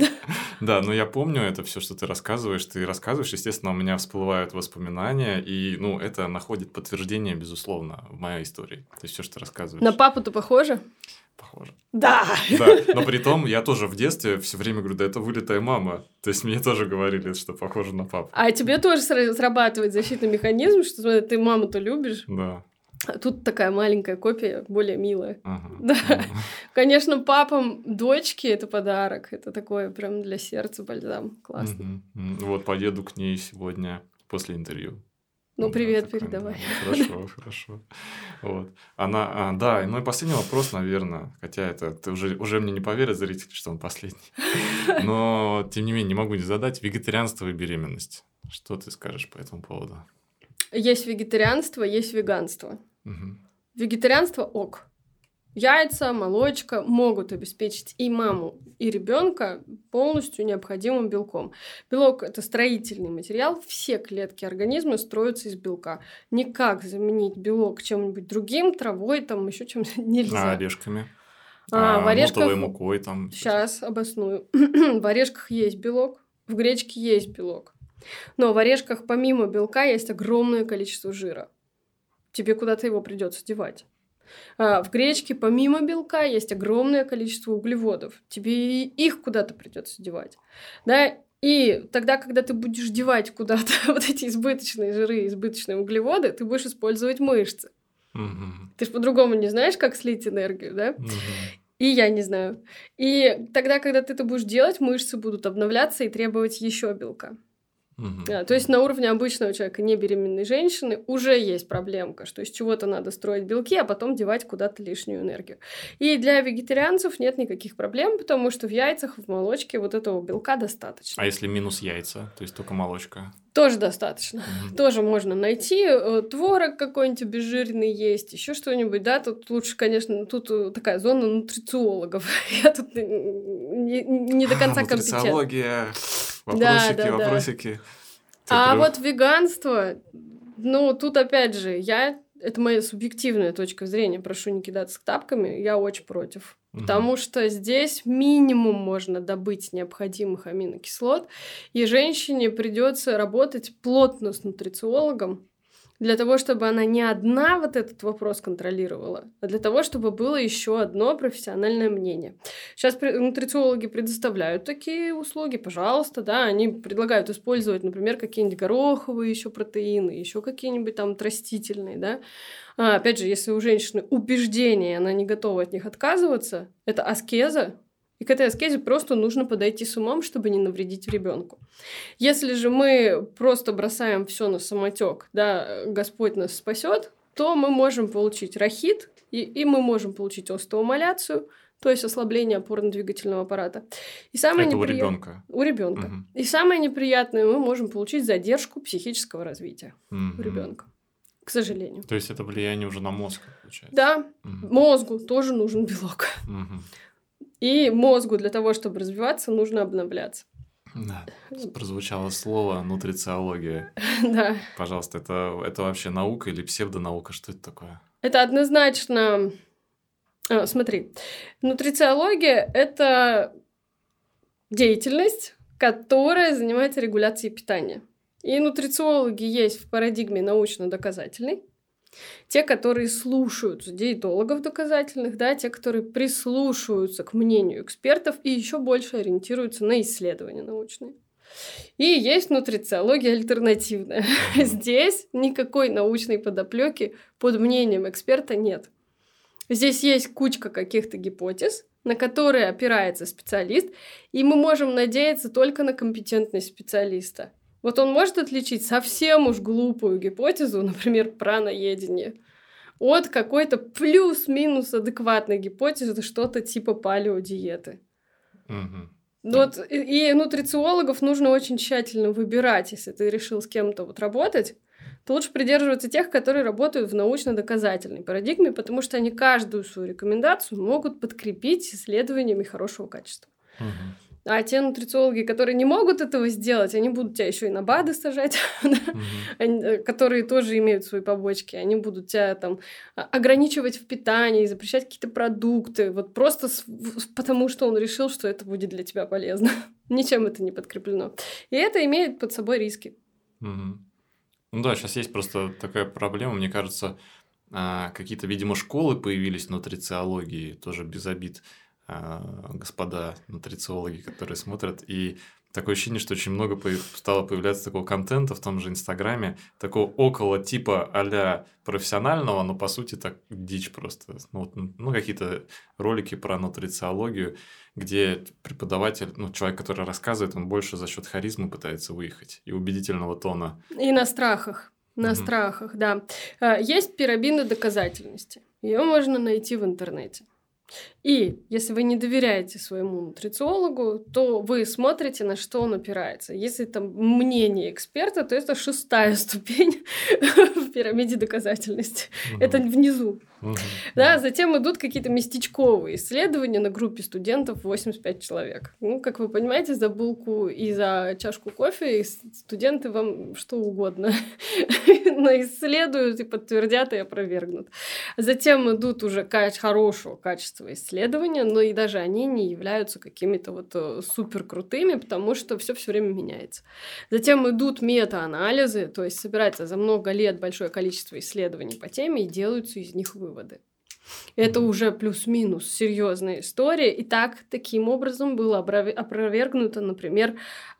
Да, но я помню это все, что ты рассказываешь. Ты рассказываешь, естественно, у меня всплывают воспоминания, и, ну, это находит подтверждение, безусловно, в моей истории. То есть все, что ты рассказываешь. На папу-то похоже? Похоже. Да. Да, но при том я тоже в детстве все время говорю: да это вылитая мама. То есть мне тоже говорили, что похоже на папу. А тебе тоже срабатывает защитный механизм, что смотри, ты маму-то любишь? Да. А тут такая маленькая копия, более милая. Ага. Да. Ага. Конечно, папам дочки — это подарок. Это такое прям для сердца бальзам. Классно. Угу. Вот поеду к ней сегодня после интервью. Ну, да, привет, такая, передавай. Да, хорошо, хорошо. Вот. Она, а, да, ну и последний вопрос, наверное, хотя это ты уже, уже мне не поверят зрители, что он последний. Но, тем не менее, не могу не задать. Вегетарианство и беременность. Что ты скажешь по этому поводу? Есть вегетарианство, есть веганство. Угу. Вегетарианство ок. Яйца, молочка могут обеспечить и маму, и ребенка полностью необходимым белком. Белок – это строительный материал, все клетки организма строятся из белка. Никак заменить белок чем-нибудь другим, травой, там еще чем-то нельзя. А орешками? А, а в орешках... нутовой мукой там? Сейчас обосную. В орешках есть белок, в гречке есть белок. Но в орешках помимо белка есть огромное количество жира. Тебе куда-то его придется девать. В гречке помимо белка есть огромное количество углеводов. Тебе их куда-то придется девать. Да? И тогда, когда ты будешь девать куда-то вот эти избыточные жиры, избыточные углеводы, ты будешь использовать мышцы. Угу. Ты же по-другому не знаешь, как слить энергию, да? Угу. И я не знаю. И тогда, когда ты это будешь делать, мышцы будут обновляться и требовать еще белка. Угу. Да, то есть на уровне обычного человека, не беременной женщины, уже есть проблемка, что из чего-то надо строить белки, а потом девать куда-то лишнюю энергию. И для вегетарианцев нет никаких проблем, потому что в яйцах, в молочке вот этого белка достаточно. А если минус яйца, то есть только молочка? Тоже достаточно. Угу. Тоже можно найти. Творог какой-нибудь обезжиренный есть, еще что-нибудь, да. Тут лучше, конечно, тут такая зона нутрициологов. Я тут не, не до конца компетентна. Нутрициология, вопросики, да, да, вопросики. Да. А прям... вот веганство, ну, тут опять же, я... Это моя субъективная точка зрения, прошу не кидаться тапками, я очень против. Угу. Потому что здесь минимум можно добыть необходимых аминокислот, и женщине придется работать плотно с нутрициологом для того, чтобы она не одна вот этот вопрос контролировала, а для того, чтобы было еще одно профессиональное мнение. Сейчас нутрициологи предоставляют такие услуги, пожалуйста, да, они предлагают использовать, например, какие-нибудь гороховые еще протеины, еще какие-нибудь там растительные, да. А, опять же, если у женщины убеждения, она не готова от них отказываться, это аскеза, и к этой аскезе просто нужно подойти с умом, чтобы не навредить ребенку. Если же мы просто бросаем все на самотек, да, Господь нас спасет, то мы можем получить рахит, и, и мы можем получить остеомаляцию, то есть ослабление опорно-двигательного аппарата. И самое Это непри... у ребенка. У ребенка. Угу. И самое неприятное, мы можем получить задержку психического развития угу. у ребенка. К сожалению. То есть это влияние уже на мозг, получается? Да. Угу. Мозгу тоже нужен белок. Угу. И мозгу для того, чтобы развиваться, нужно обновляться. Да, прозвучало слово нутрициология. Да. Пожалуйста, это, это вообще наука или псевдонаука? Что это такое? Это однозначно... А, смотри, нутрициология – это деятельность, которая занимается регуляцией питания. И нутрициологи есть в парадигме научно-доказательной. Те, которые слушаются диетологов доказательных, да, те, которые прислушиваются к мнению экспертов и еще больше ориентируются на исследования научные. И есть нутрициология альтернативная. Здесь никакой научной подоплеки под мнением эксперта нет. Здесь есть кучка каких-то гипотез, на которые опирается специалист, и мы можем надеяться только на компетентность специалиста. Вот он может отличить совсем уж глупую гипотезу, например, праноедение, от какой-то плюс-минус адекватной гипотезы, что-то типа палеодиеты. Угу. Вот, и, и нутрициологов нужно очень тщательно выбирать, если ты решил с кем-то вот работать, то лучше придерживаться тех, которые работают в научно-доказательной парадигме, потому что они каждую свою рекомендацию могут подкрепить исследованиями хорошего качества. Угу. А те нутрициологи, которые не могут этого сделать, они будут тебя еще и на БАДы сажать, mm-hmm. которые тоже имеют свои побочки. Они будут тебя там ограничивать в питании, запрещать какие-то продукты, вот просто с... потому, что он решил, что это будет для тебя полезно. Ничем это не подкреплено. И это имеет под собой риски. Mm-hmm. Ну да, сейчас есть просто такая проблема, мне кажется, какие-то, видимо, школы появились нутрициологии, тоже без обид. Господа нутрициологи, которые смотрят, и такое ощущение, что очень много стало появляться такого контента в том же Инстаграме, такого около типа а-ля профессионального, но по сути так дичь просто. Ну, ну какие-то ролики про нутрициологию, где преподаватель, ну, человек, который рассказывает, он больше за счет харизмы пытается выехать и убедительного тона. И на страхах. На mm-hmm. страхах, да. Есть пирамида доказательности. Ее можно найти в интернете. И если вы не доверяете своему нутрициологу, то вы смотрите, на что он опирается. Если там мнение эксперта, то это шестая ступень в пирамиде доказательности. Uh-huh. Это внизу. Uh-huh. Да, затем идут какие-то местечковые исследования на группе студентов восемьдесят пять человек. Ну, как вы понимаете, за булку и за чашку кофе студенты вам что угодно исследуют и подтвердят и опровергнут. Затем идут уже хорошего качества исследования, но и даже они не являются какими-то вот супер крутыми, потому что все все время меняется. Затем идут мета-анализы, то есть собирается за много лет большое количество исследований по теме и делаются из них выводы. Это уже плюс-минус серьезная история. И так, таким образом было опровергнуто, например,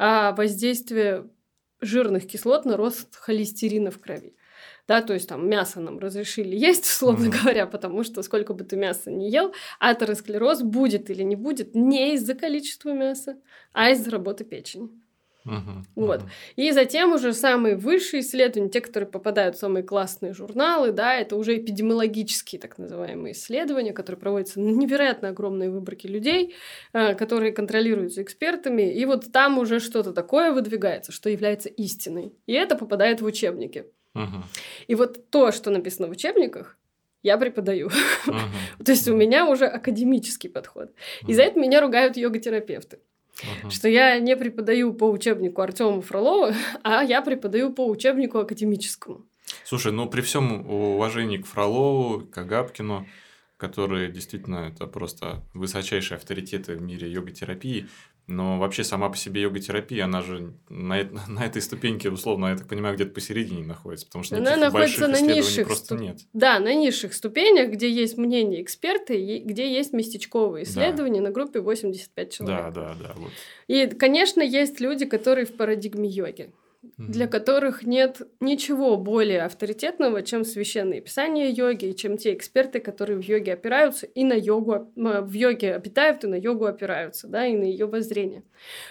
воздействие жирных кислот на рост холестерина в крови. Да, то есть там мясо нам разрешили есть, условно mm-hmm. говоря, потому что сколько бы ты мяса ни ел, атеросклероз будет или не будет не из-за количества мяса, а из-за работы печени. Uh-huh, вот. Uh-huh. И затем уже самые высшие исследования, те, которые попадают в самые классные журналы, да, это уже эпидемиологические так называемые исследования, которые проводятся на невероятно огромной выборке людей, э, которые контролируются экспертами, и вот там уже что-то такое выдвигается, что является истиной, и это попадает в учебники. Uh-huh. И вот то, что написано в учебниках, я преподаю. Uh-huh. То есть у меня уже академический подход. Uh-huh. И за это меня ругают йога-терапевты. Uh-huh. Что я не преподаю по учебнику Артёма Фролова, а я преподаю по учебнику академическому. Слушай, ну при всем уважении к Фролову, к Агапкину, которые действительно это просто высочайшие авторитеты в мире йога-терапии, но вообще сама по себе йога-терапия, она же на, на этой ступеньке, условно, я так понимаю, где-то посередине находится, потому что она находится на низших просто ступ... нет. Да, на низших ступенях, где есть мнение эксперта, и где есть местечковые исследования да. на группе восемьдесят пять человек. Да, да, да. Вот. И, конечно, есть люди, которые в парадигме йоги, для которых нет ничего более авторитетного, чем священные писания йоги, и чем те эксперты, которые в йоге опираются и на йогу, в йоге обитают и на йогу опираются, да, и на ее воззрение.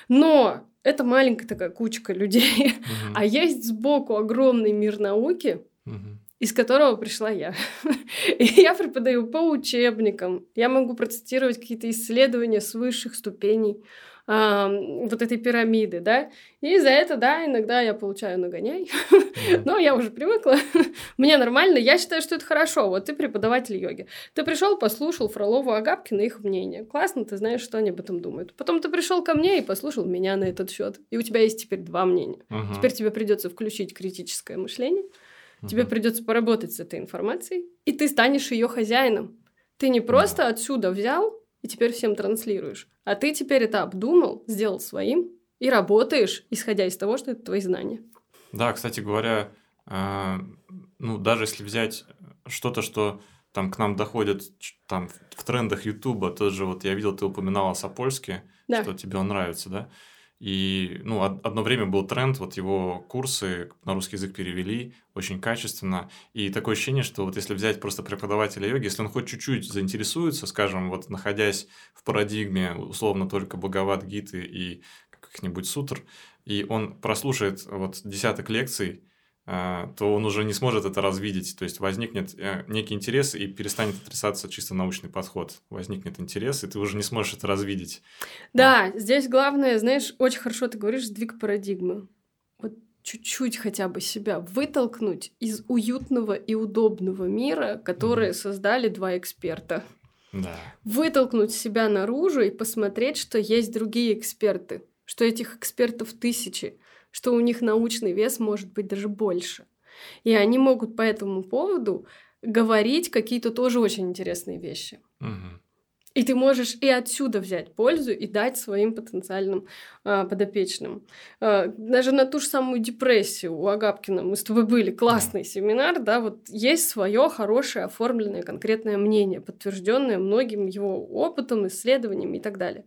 Но это маленькая такая кучка людей, uh-huh. а есть сбоку огромный мир науки, uh-huh. из которого пришла я. И я преподаю по учебникам, я могу процитировать какие-то исследования с высших ступеней вот этой пирамиды, да, и за это, да, иногда я получаю нагоняй, mm-hmm. но я уже привыкла, мне нормально, я считаю, что это хорошо, вот ты преподаватель йоги, ты пришел, послушал Фролова, Агапкина, их мнение, классно, ты знаешь, что они об этом думают, потом ты пришел ко мне и послушал меня на этот счет, и у тебя есть теперь два мнения, mm-hmm. теперь тебе придется включить критическое мышление, mm-hmm. тебе придется поработать с этой информацией, и ты станешь ее хозяином, ты не просто mm-hmm. отсюда взял и теперь всем транслируешь. А ты теперь это обдумал, сделал своим и работаешь, исходя из того, что это твои знания. Да, кстати говоря, э, ну, даже если взять что-то, что там к нам доходит там, в трендах Ютуба, тоже вот я видел, ты упоминала Сапольски, да. что тебе он нравится, да? И, ну, одно время был тренд, вот его курсы на русский язык перевели очень качественно. И такое ощущение, что вот если взять просто преподавателя йоги, если он хоть чуть-чуть заинтересуется, скажем, вот находясь в парадигме условно только Бхагавад-гиты и каких-нибудь сутр, и он прослушает вот десяток лекций, то он уже не сможет это развидеть. То есть возникнет некий интерес и перестанет отрицаться чисто научный подход. Возникнет интерес, и ты уже не сможешь это развидеть. Да, вот. Здесь главное, знаешь, очень хорошо ты говоришь, сдвиг парадигмы. Вот чуть-чуть хотя бы себя вытолкнуть из уютного и удобного мира, который mm-hmm. создали два эксперта. Да. Вытолкнуть себя наружу и посмотреть, что есть другие эксперты, что этих экспертов тысячи, что у них научный вес может быть даже больше. И они могут по этому поводу говорить какие-то тоже очень интересные вещи. Угу. И ты можешь и отсюда взять пользу и дать своим потенциальным э, подопечным. Э, даже на ту же самую депрессию у Агапкина мы с тобой были, классный семинар, да, вот есть свое хорошее оформленное конкретное мнение, подтвержденное многим его опытом, исследованиями и так далее.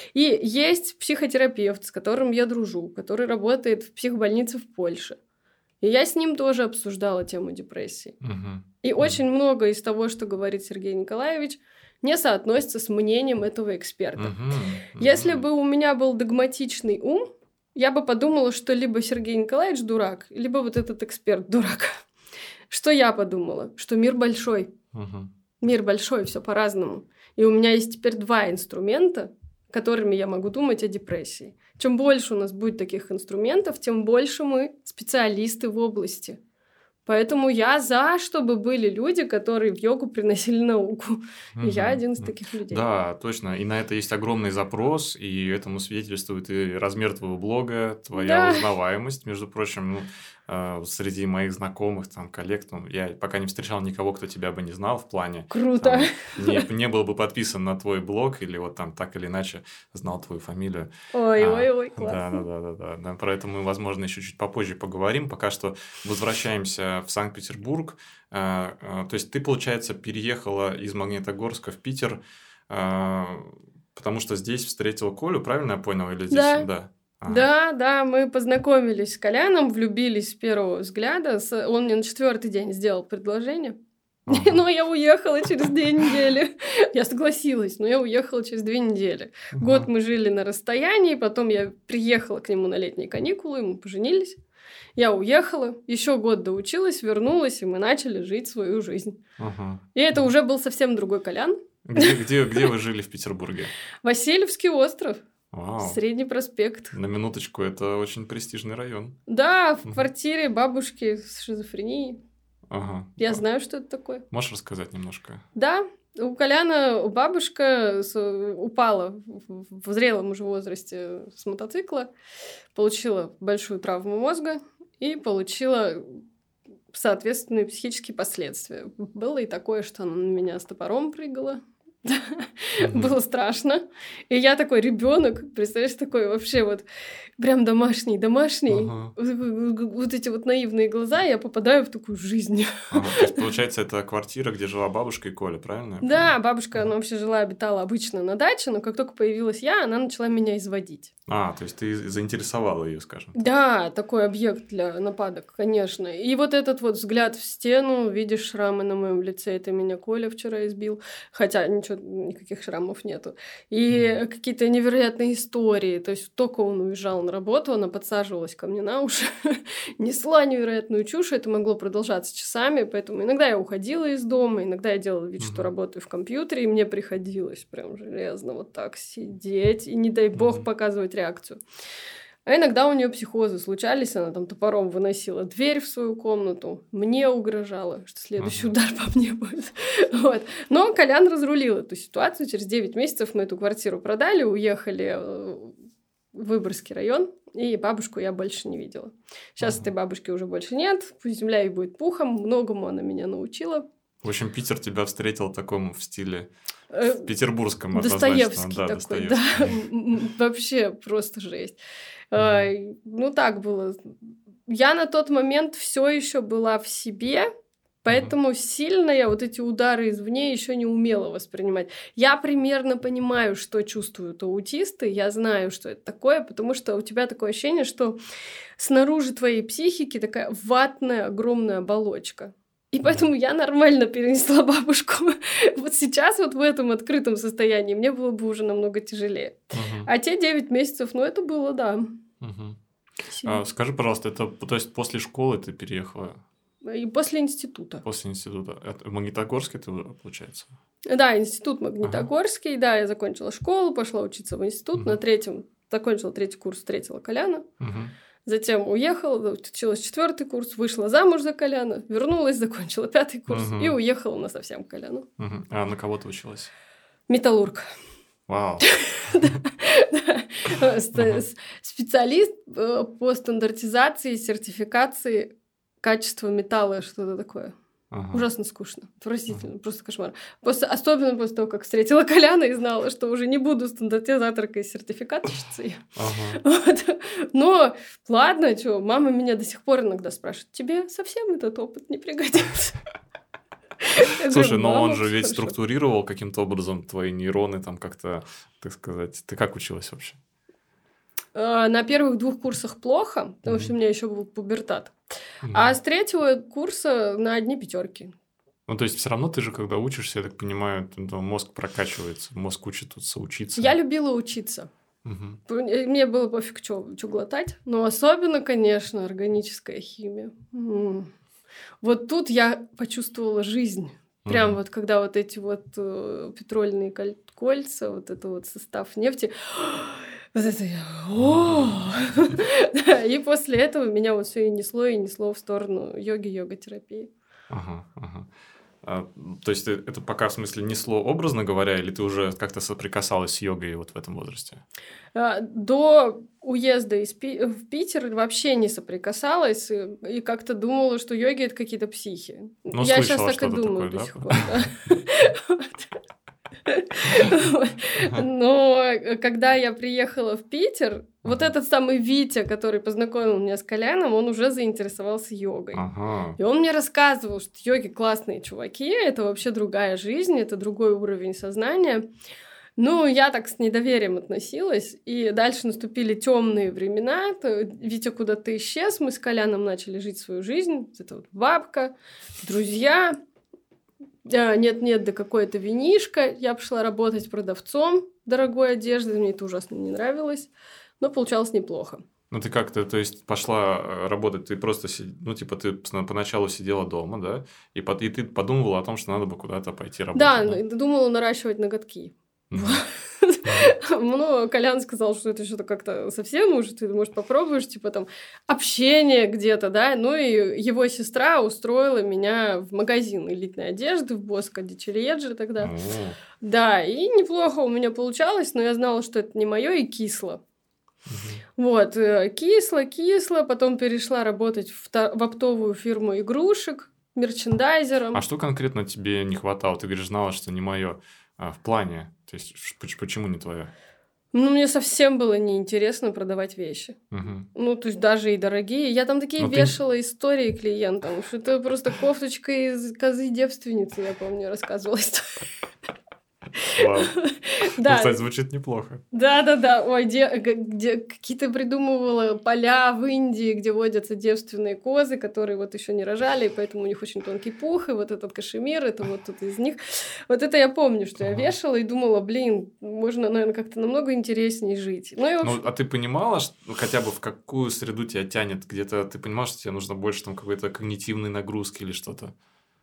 И есть психотерапевт, с которым я дружу, который работает в психбольнице в Польше. И я с ним тоже обсуждала тему депрессии. Uh-huh. И uh-huh. очень много из того, что говорит Сергей Николаевич, не соотносится с мнением этого эксперта. Uh-huh. Uh-huh. Если бы у меня был догматичный ум, я бы подумала, что либо Сергей Николаевич дурак, либо вот этот эксперт дурак. Что я подумала? Что мир большой. Uh-huh. Мир большой, все по-разному. И у меня есть теперь два инструмента, которыми я могу думать о депрессии. Чем больше у нас будет таких инструментов, тем больше мы специалисты в области. Поэтому я за, чтобы были люди, которые в йогу приносили науку. Угу. И я один из таких людей. Да, точно. И на это есть огромный запрос, и этому свидетельствует и размер твоего блога, твоя Да. узнаваемость, между прочим, ну, э, среди моих знакомых, там, коллег, ну, я пока не встречал никого, кто тебя бы не знал в плане... Круто. Там, не, не был бы подписан на твой блог, или вот там так или иначе знал твою фамилию. Ой-ой-ой, а, классно. Да, да, да, да, да. Про это мы, возможно, еще чуть попозже поговорим. Пока что возвращаемся в Санкт-Петербург. То есть ты, получается, переехала из Магнитогорска в Питер, потому что здесь встретила Колю, правильно я понял? Или здесь? Да. Да. Ага. Да, да, мы познакомились с Коляном, влюбились с первого взгляда. Он мне на четвертый день сделал предложение. Ага. Но я уехала через две недели. Я согласилась, но я уехала через две недели. Ага. Год мы жили на расстоянии, потом я приехала к нему на летние каникулы, мы поженились. Я уехала, еще год доучилась, вернулась, и мы начали жить свою жизнь. Ага. И это уже был совсем другой Колян. Где, где, где вы жили в Петербурге? Васильевский остров. Вау. Средний проспект. На минуточку, это очень престижный район. Да, в квартире бабушки с шизофренией. Ага. Я знаю, что это такое. Можешь рассказать немножко? Да, у Коляна бабушка упала в зрелом уже возрасте с мотоцикла, получила большую травму мозга и получила соответственные психические последствия. Было и такое, что она на меня с топором прыгала. Mm-hmm. Было страшно. И я такой ребенок, представляешь, такой вообще вот прям домашний, домашний. Uh-huh. Вот эти вот наивные глаза, я попадаю в такую жизнь. Ага, то есть, получается, это квартира, где жила бабушка и Коля, правильно? Да, бабушка, она вообще жила, обитала обычно на даче, но как только появилась я, она начала меня изводить. А, то есть ты заинтересовала ее, скажем так. Да, такой объект для нападок, конечно. И вот этот вот взгляд в стену, видишь шрамы на моем лице, это меня Коля вчера избил, хотя ничего, никаких шрамов нету. И mm. какие-то невероятные истории, то есть только он уезжал на работу, она подсаживалась ко мне на уши, несла невероятную чушь, это могло продолжаться часами, поэтому иногда я уходила из дома, иногда я делала вид, mm-hmm. что работаю в компьютере, и мне приходилось прям железно вот так сидеть, и не дай бог mm-hmm. показывать реакцию. А иногда у нее психозы случались, она там топором выносила дверь в свою комнату, мне угрожала, что следующий uh-huh. удар по мне будет. Вот. Но Колян разрулил эту ситуацию, через девять месяцев мы эту квартиру продали, уехали в Выборгский район, и бабушку я больше не видела. Сейчас uh-huh. этой бабушки уже больше нет, пусть земля ей будет пухом, многому она меня научила. В общем, Питер тебя встретил в таком в стиле в петербургском Достоевский да, такой, Достоевский. да, вообще просто жесть. Mm-hmm. Ну, так было. Я на тот момент все еще была в себе, поэтому mm-hmm. сильно я вот эти удары извне еще не умела воспринимать. Я примерно понимаю, что чувствуют аутисты, я знаю, что это такое, потому что у тебя такое ощущение, что снаружи твоей психики такая ватная огромная оболочка. И поэтому я нормально перенесла бабушку. Вот сейчас вот в этом открытом состоянии мне было бы уже намного тяжелее. Uh-huh. А те девять месяцев, ну это было, да. Uh-huh. А, скажи, пожалуйста, это то есть после школы ты переехала? И после института. После института. Это в Магнитогорске ты, получается? Да, институт Магнитогорский. Uh-huh. Да, я закончила школу, пошла учиться в институт. Uh-huh. На третьем, закончила третий курс, встретила Коляна. Uh-huh. Затем уехала, училась четвертый курс, вышла замуж за Коляна, вернулась, закончила пятый курс угу. и уехала на совсем к Коляну. Угу. А на кого ты училась? Металлург. Вау. Специалист по стандартизации, сертификации качества металла, что-то такое. Ага. Ужасно скучно, отвратительно, ага. просто кошмар. После, особенно после того, как встретила Коляна и знала, что уже не буду стандартизаторкой и сертификатчицей. Ага. Вот. Но ладно, что, мама меня до сих пор иногда спрашивает, тебе совсем этот опыт не пригодится? Слушай, но он же ведь структурировал каким-то образом твои нейроны, там как-то, так сказать. Ты как училась вообще? На первых двух курсах плохо, потому mm-hmm. что у меня еще был пубертат. Mm-hmm. А с третьего курса на одни пятерки. Ну, то есть, все равно ты же, когда учишься, я так понимаю, мозг прокачивается, мозг учится учиться. Я любила учиться. Mm-hmm. Мне было пофиг, что глотать. Но особенно, конечно, органическая химия. Mm. Вот тут я почувствовала жизнь. Прям вот когда вот эти вот э, петрольные коль- кольца, вот это вот состав нефти, вот это я... Да, и после этого меня вот все и несло, и несло в сторону йоги, йога-терапии. Ага, ага. А, то есть ты- это пока в смысле несло образно говоря, или ты уже как-то соприкасалась с йогой вот в этом возрасте? А, До уезда из Пи- в Питер вообще не соприкасалась и, и как-то думала, что йоги это какие-то психи. Ну, Я сейчас слышала так и что-то думаю такое, до да? сих пор. да. Но э, когда я приехала в Питер, вот Ага. этот самый Витя, который познакомил меня с Коляном, он уже заинтересовался йогой. Ага. И он мне рассказывал, что йоги классные чуваки, это вообще другая жизнь, это другой уровень сознания. Ну, я так с недоверием относилась, и дальше наступили темные времена. то Витя куда-то исчез, мы с Коляном начали жить свою жизнь. Это вот бабка, друзья. А, Нет-нет, да какое-то винишко. Я пошла работать продавцом дорогой одежды, мне это ужасно не нравилось, но получалось неплохо. Ну, ты как-то, то есть, пошла э, работать, ты просто, си- ну, типа, ты пс- поначалу сидела дома, да, и, пот- и ты подумывала о том, что надо бы куда-то пойти Да, работать, да? н- думала наращивать ноготки. Мгм. Ну, Колян сказал, что это что-то как-то совсем уже, ты, может, попробуешь, типа там общение где-то, да. Ну, и его сестра устроила меня в магазин элитной одежды в Боско ди Чильеджи тогда. О, Да, и неплохо у меня получалось, но я знала, что это не мое, и кисло. мгм. Вот, э, кисло, кисло, потом перешла работать в, та- в оптовую фирму игрушек, мерчендайзером. А что конкретно тебе не хватало? Ты говоришь, знала, что не мое. А в плане? То есть, ш- поч- почему не твое? Ну, мне совсем было неинтересно продавать вещи. Мгм. Ну, то есть даже и дорогие. Я там такие Но ты... вешала истории клиентам, что это просто кофточка из козы-девственницы, я помню, рассказывала историю. Вау. Ну, Да, кстати, звучит неплохо. да-да-да. Ой, где, г- где какие-то придумывала поля в Индии, где водятся девственные козы, которые вот еще не рожали, и поэтому у них очень тонкий пух, и вот этот кашемир, это вот тут из них. Вот это я помню, что я Ага. вешала и думала, блин, можно, наверное, как-то намного интереснее жить. Ну и в Ну, общем, а ты понимала, что, ну, хотя бы в какую среду тебя тянет? Где-то ты понимала, что тебе нужно больше там какой-то когнитивной нагрузки или что-то?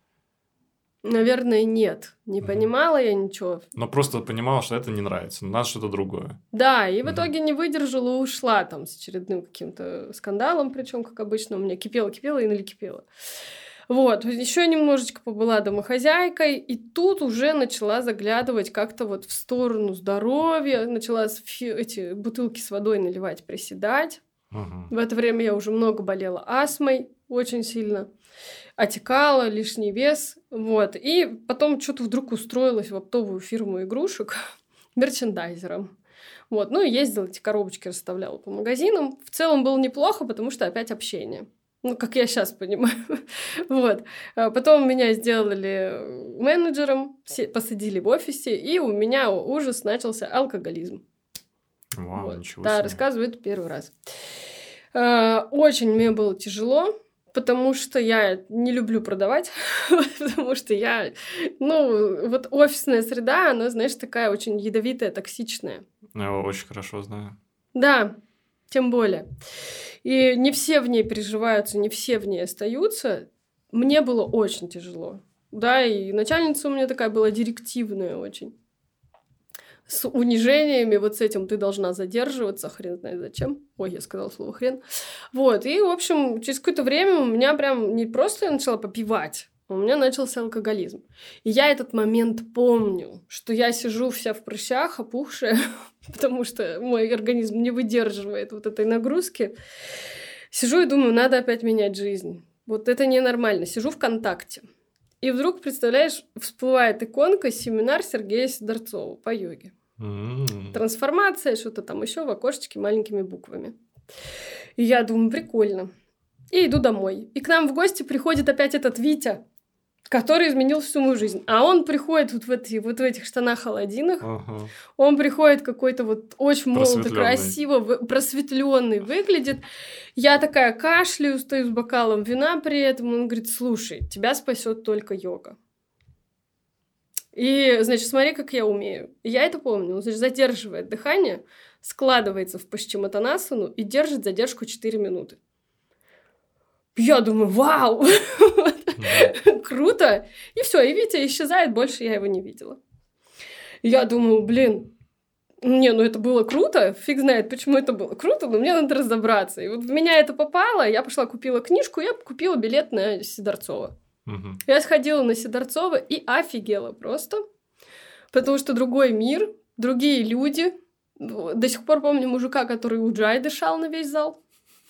наверное, нет. Не Мгм. понимала я ничего. Но просто понимала, что это не нравится, надо что-то другое. Да, и в Мгм. итоге не выдержала, ушла там с очередным каким-то скандалом, причем, как обычно, у меня кипело-кипело и наликипело. Вот, еще немножечко побыла домохозяйкой, и тут уже начала заглядывать как-то вот в сторону здоровья, начала с фи- эти бутылки с водой наливать, приседать. Ага. В это время я уже много болела астмой, очень сильно, отекала, лишний вес, вот. И потом что-то вдруг устроилась в оптовую фирму игрушек мерчендайзером. Вот, ну и ездила, эти коробочки расставляла по магазинам. В целом было неплохо, потому что опять общение. Ну, как я сейчас понимаю. Вот. А потом меня сделали менеджером, се- посадили в офисе, и у меня ужас начался алкоголизм. Вау, Вот. ничего Да, себе. рассказываю это первый раз. А, Очень мне было тяжело, потому что я не люблю продавать, потому что я, ну, вот офисная среда, она, знаешь, такая очень ядовитая, токсичная. Я его очень хорошо знаю. Да, тем более. И не все в ней приживаются, не все в ней остаются. Мне было очень тяжело. Да, и начальница у меня такая была директивная очень. С унижениями, вот с этим ты должна задерживаться, хрен знает зачем. Ой, я сказала слово хрен. Вот, и, в общем, через какое-то время у меня прям не просто я начала попивать, у меня начался алкоголизм. И я этот момент помню, что я сижу вся в прыщах, опухшая, потому что мой организм не выдерживает вот этой нагрузки. Сижу и думаю, надо опять менять жизнь. Вот это ненормально. Сижу ВКонтакте. И вдруг, представляешь, всплывает иконка семинар Сергея Сидорцова по йоге. М. Трансформация, что-то там еще в окошечке маленькими буквами. И я думаю, прикольно. И иду домой. И к нам в гости приходит опять этот Витя, который изменил всю мою жизнь. А он приходит вот в, эти, вот в этих штанах-аладдинах. Ага. Он приходит какой-то вот очень молодо, Просветлённый. красиво, вы- просветленный выглядит. Я такая кашляю, стою с бокалом вина при этом. Он говорит, слушай, тебя спасет только йога. И, значит, смотри, как я умею. И я это помню. Он, значит, задерживает дыхание, складывается в Паschimottanасану и держит задержку четыре минуты. Я думаю, вау! Круто. И все, и Витя исчезает, больше я его не видела. И я думаю, блин, не, ну это было круто, фиг знает, почему это было круто, но мне надо разобраться. И вот в меня это попало, я пошла купила книжку, я купила билет на Сидорцова. Угу. Я сходила на Сидорцова и офигела просто, потому что другой мир, другие люди. До сих пор помню мужика, который уджай дышал на весь зал.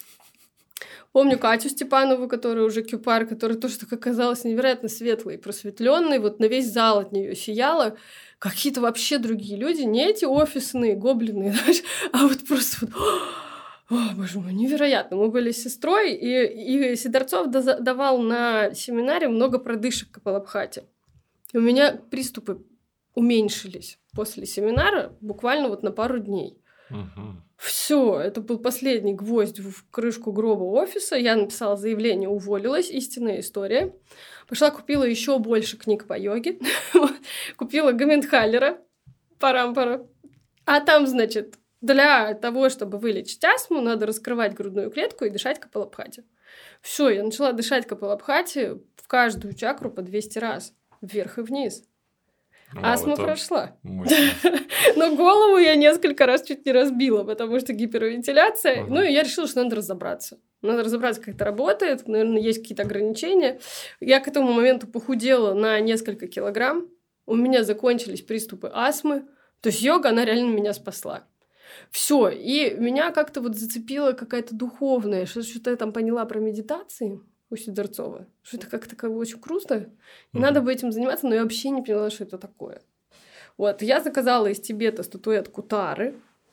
Помню Катю Степанову, которая уже кюпар, которая тоже так оказалась невероятно светлой и просветленной, вот на весь зал от нее сияла. Какие-то вообще другие люди, не эти офисные гоблины, а вот просто вот... О, боже мой, невероятно. Мы были с сестрой, и, и Сидорцов давал на семинаре много продышек Капалабхати. И у меня приступы уменьшились после семинара буквально вот на пару дней. Угу. Все, это был последний гвоздь в крышку гроба офиса. Я написала заявление, уволилась, истинная история. Пошла, купила еще больше книг по йоге. Купила Гаментхаллера, Парампара. А там, значит, для того, чтобы вылечить астму, надо раскрывать грудную клетку и дышать Капалабхати. Все, я начала дышать Капалабхати в каждую чакру по двести раз, вверх и вниз. Вау, астма прошла. Но голову я несколько раз чуть не разбила, потому что гипервентиляция. Ага. Ну, и я решила, что надо разобраться. Надо разобраться, как это работает. Наверное, есть какие-то ограничения. Я к этому моменту похудела на несколько килограмм. У меня закончились приступы астмы. То есть йога, она реально меня спасла. Все. И меня как-то вот зацепила какая-то духовная. Что-то я там поняла про медитации у Сидорцова, что это как-то как бы очень круто, и mm-hmm. надо бы этим заниматься, но я вообще не поняла, что это такое. Вот, я заказала из Тибета статуэтку Тары.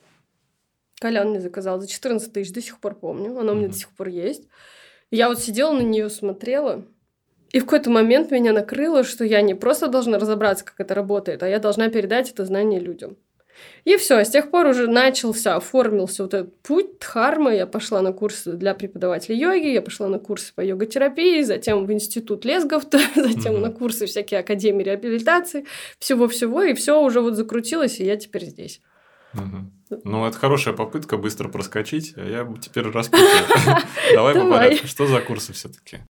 Колян мне заказал за четырнадцать тысяч, до сих пор помню, она mm-hmm. у меня до сих пор есть. И я вот сидела на нее, смотрела, и в какой-то момент меня накрыло, что я не просто должна разобраться, как это работает, а я должна передать это знание людям. И все, с тех пор уже начался, оформился вот этот путь дхармы. Я пошла на курсы для преподавателей йоги, я пошла на курсы по йога-терапии, затем в институт Лесговта, затем mm-hmm. на курсы всякие академии реабилитации, всего-всего, и все уже вот закрутилось, и я теперь здесь. Угу. Ну, это хорошая попытка быстро проскочить, а я теперь распутаю. Давай по порядку. Что за курсы все-таки?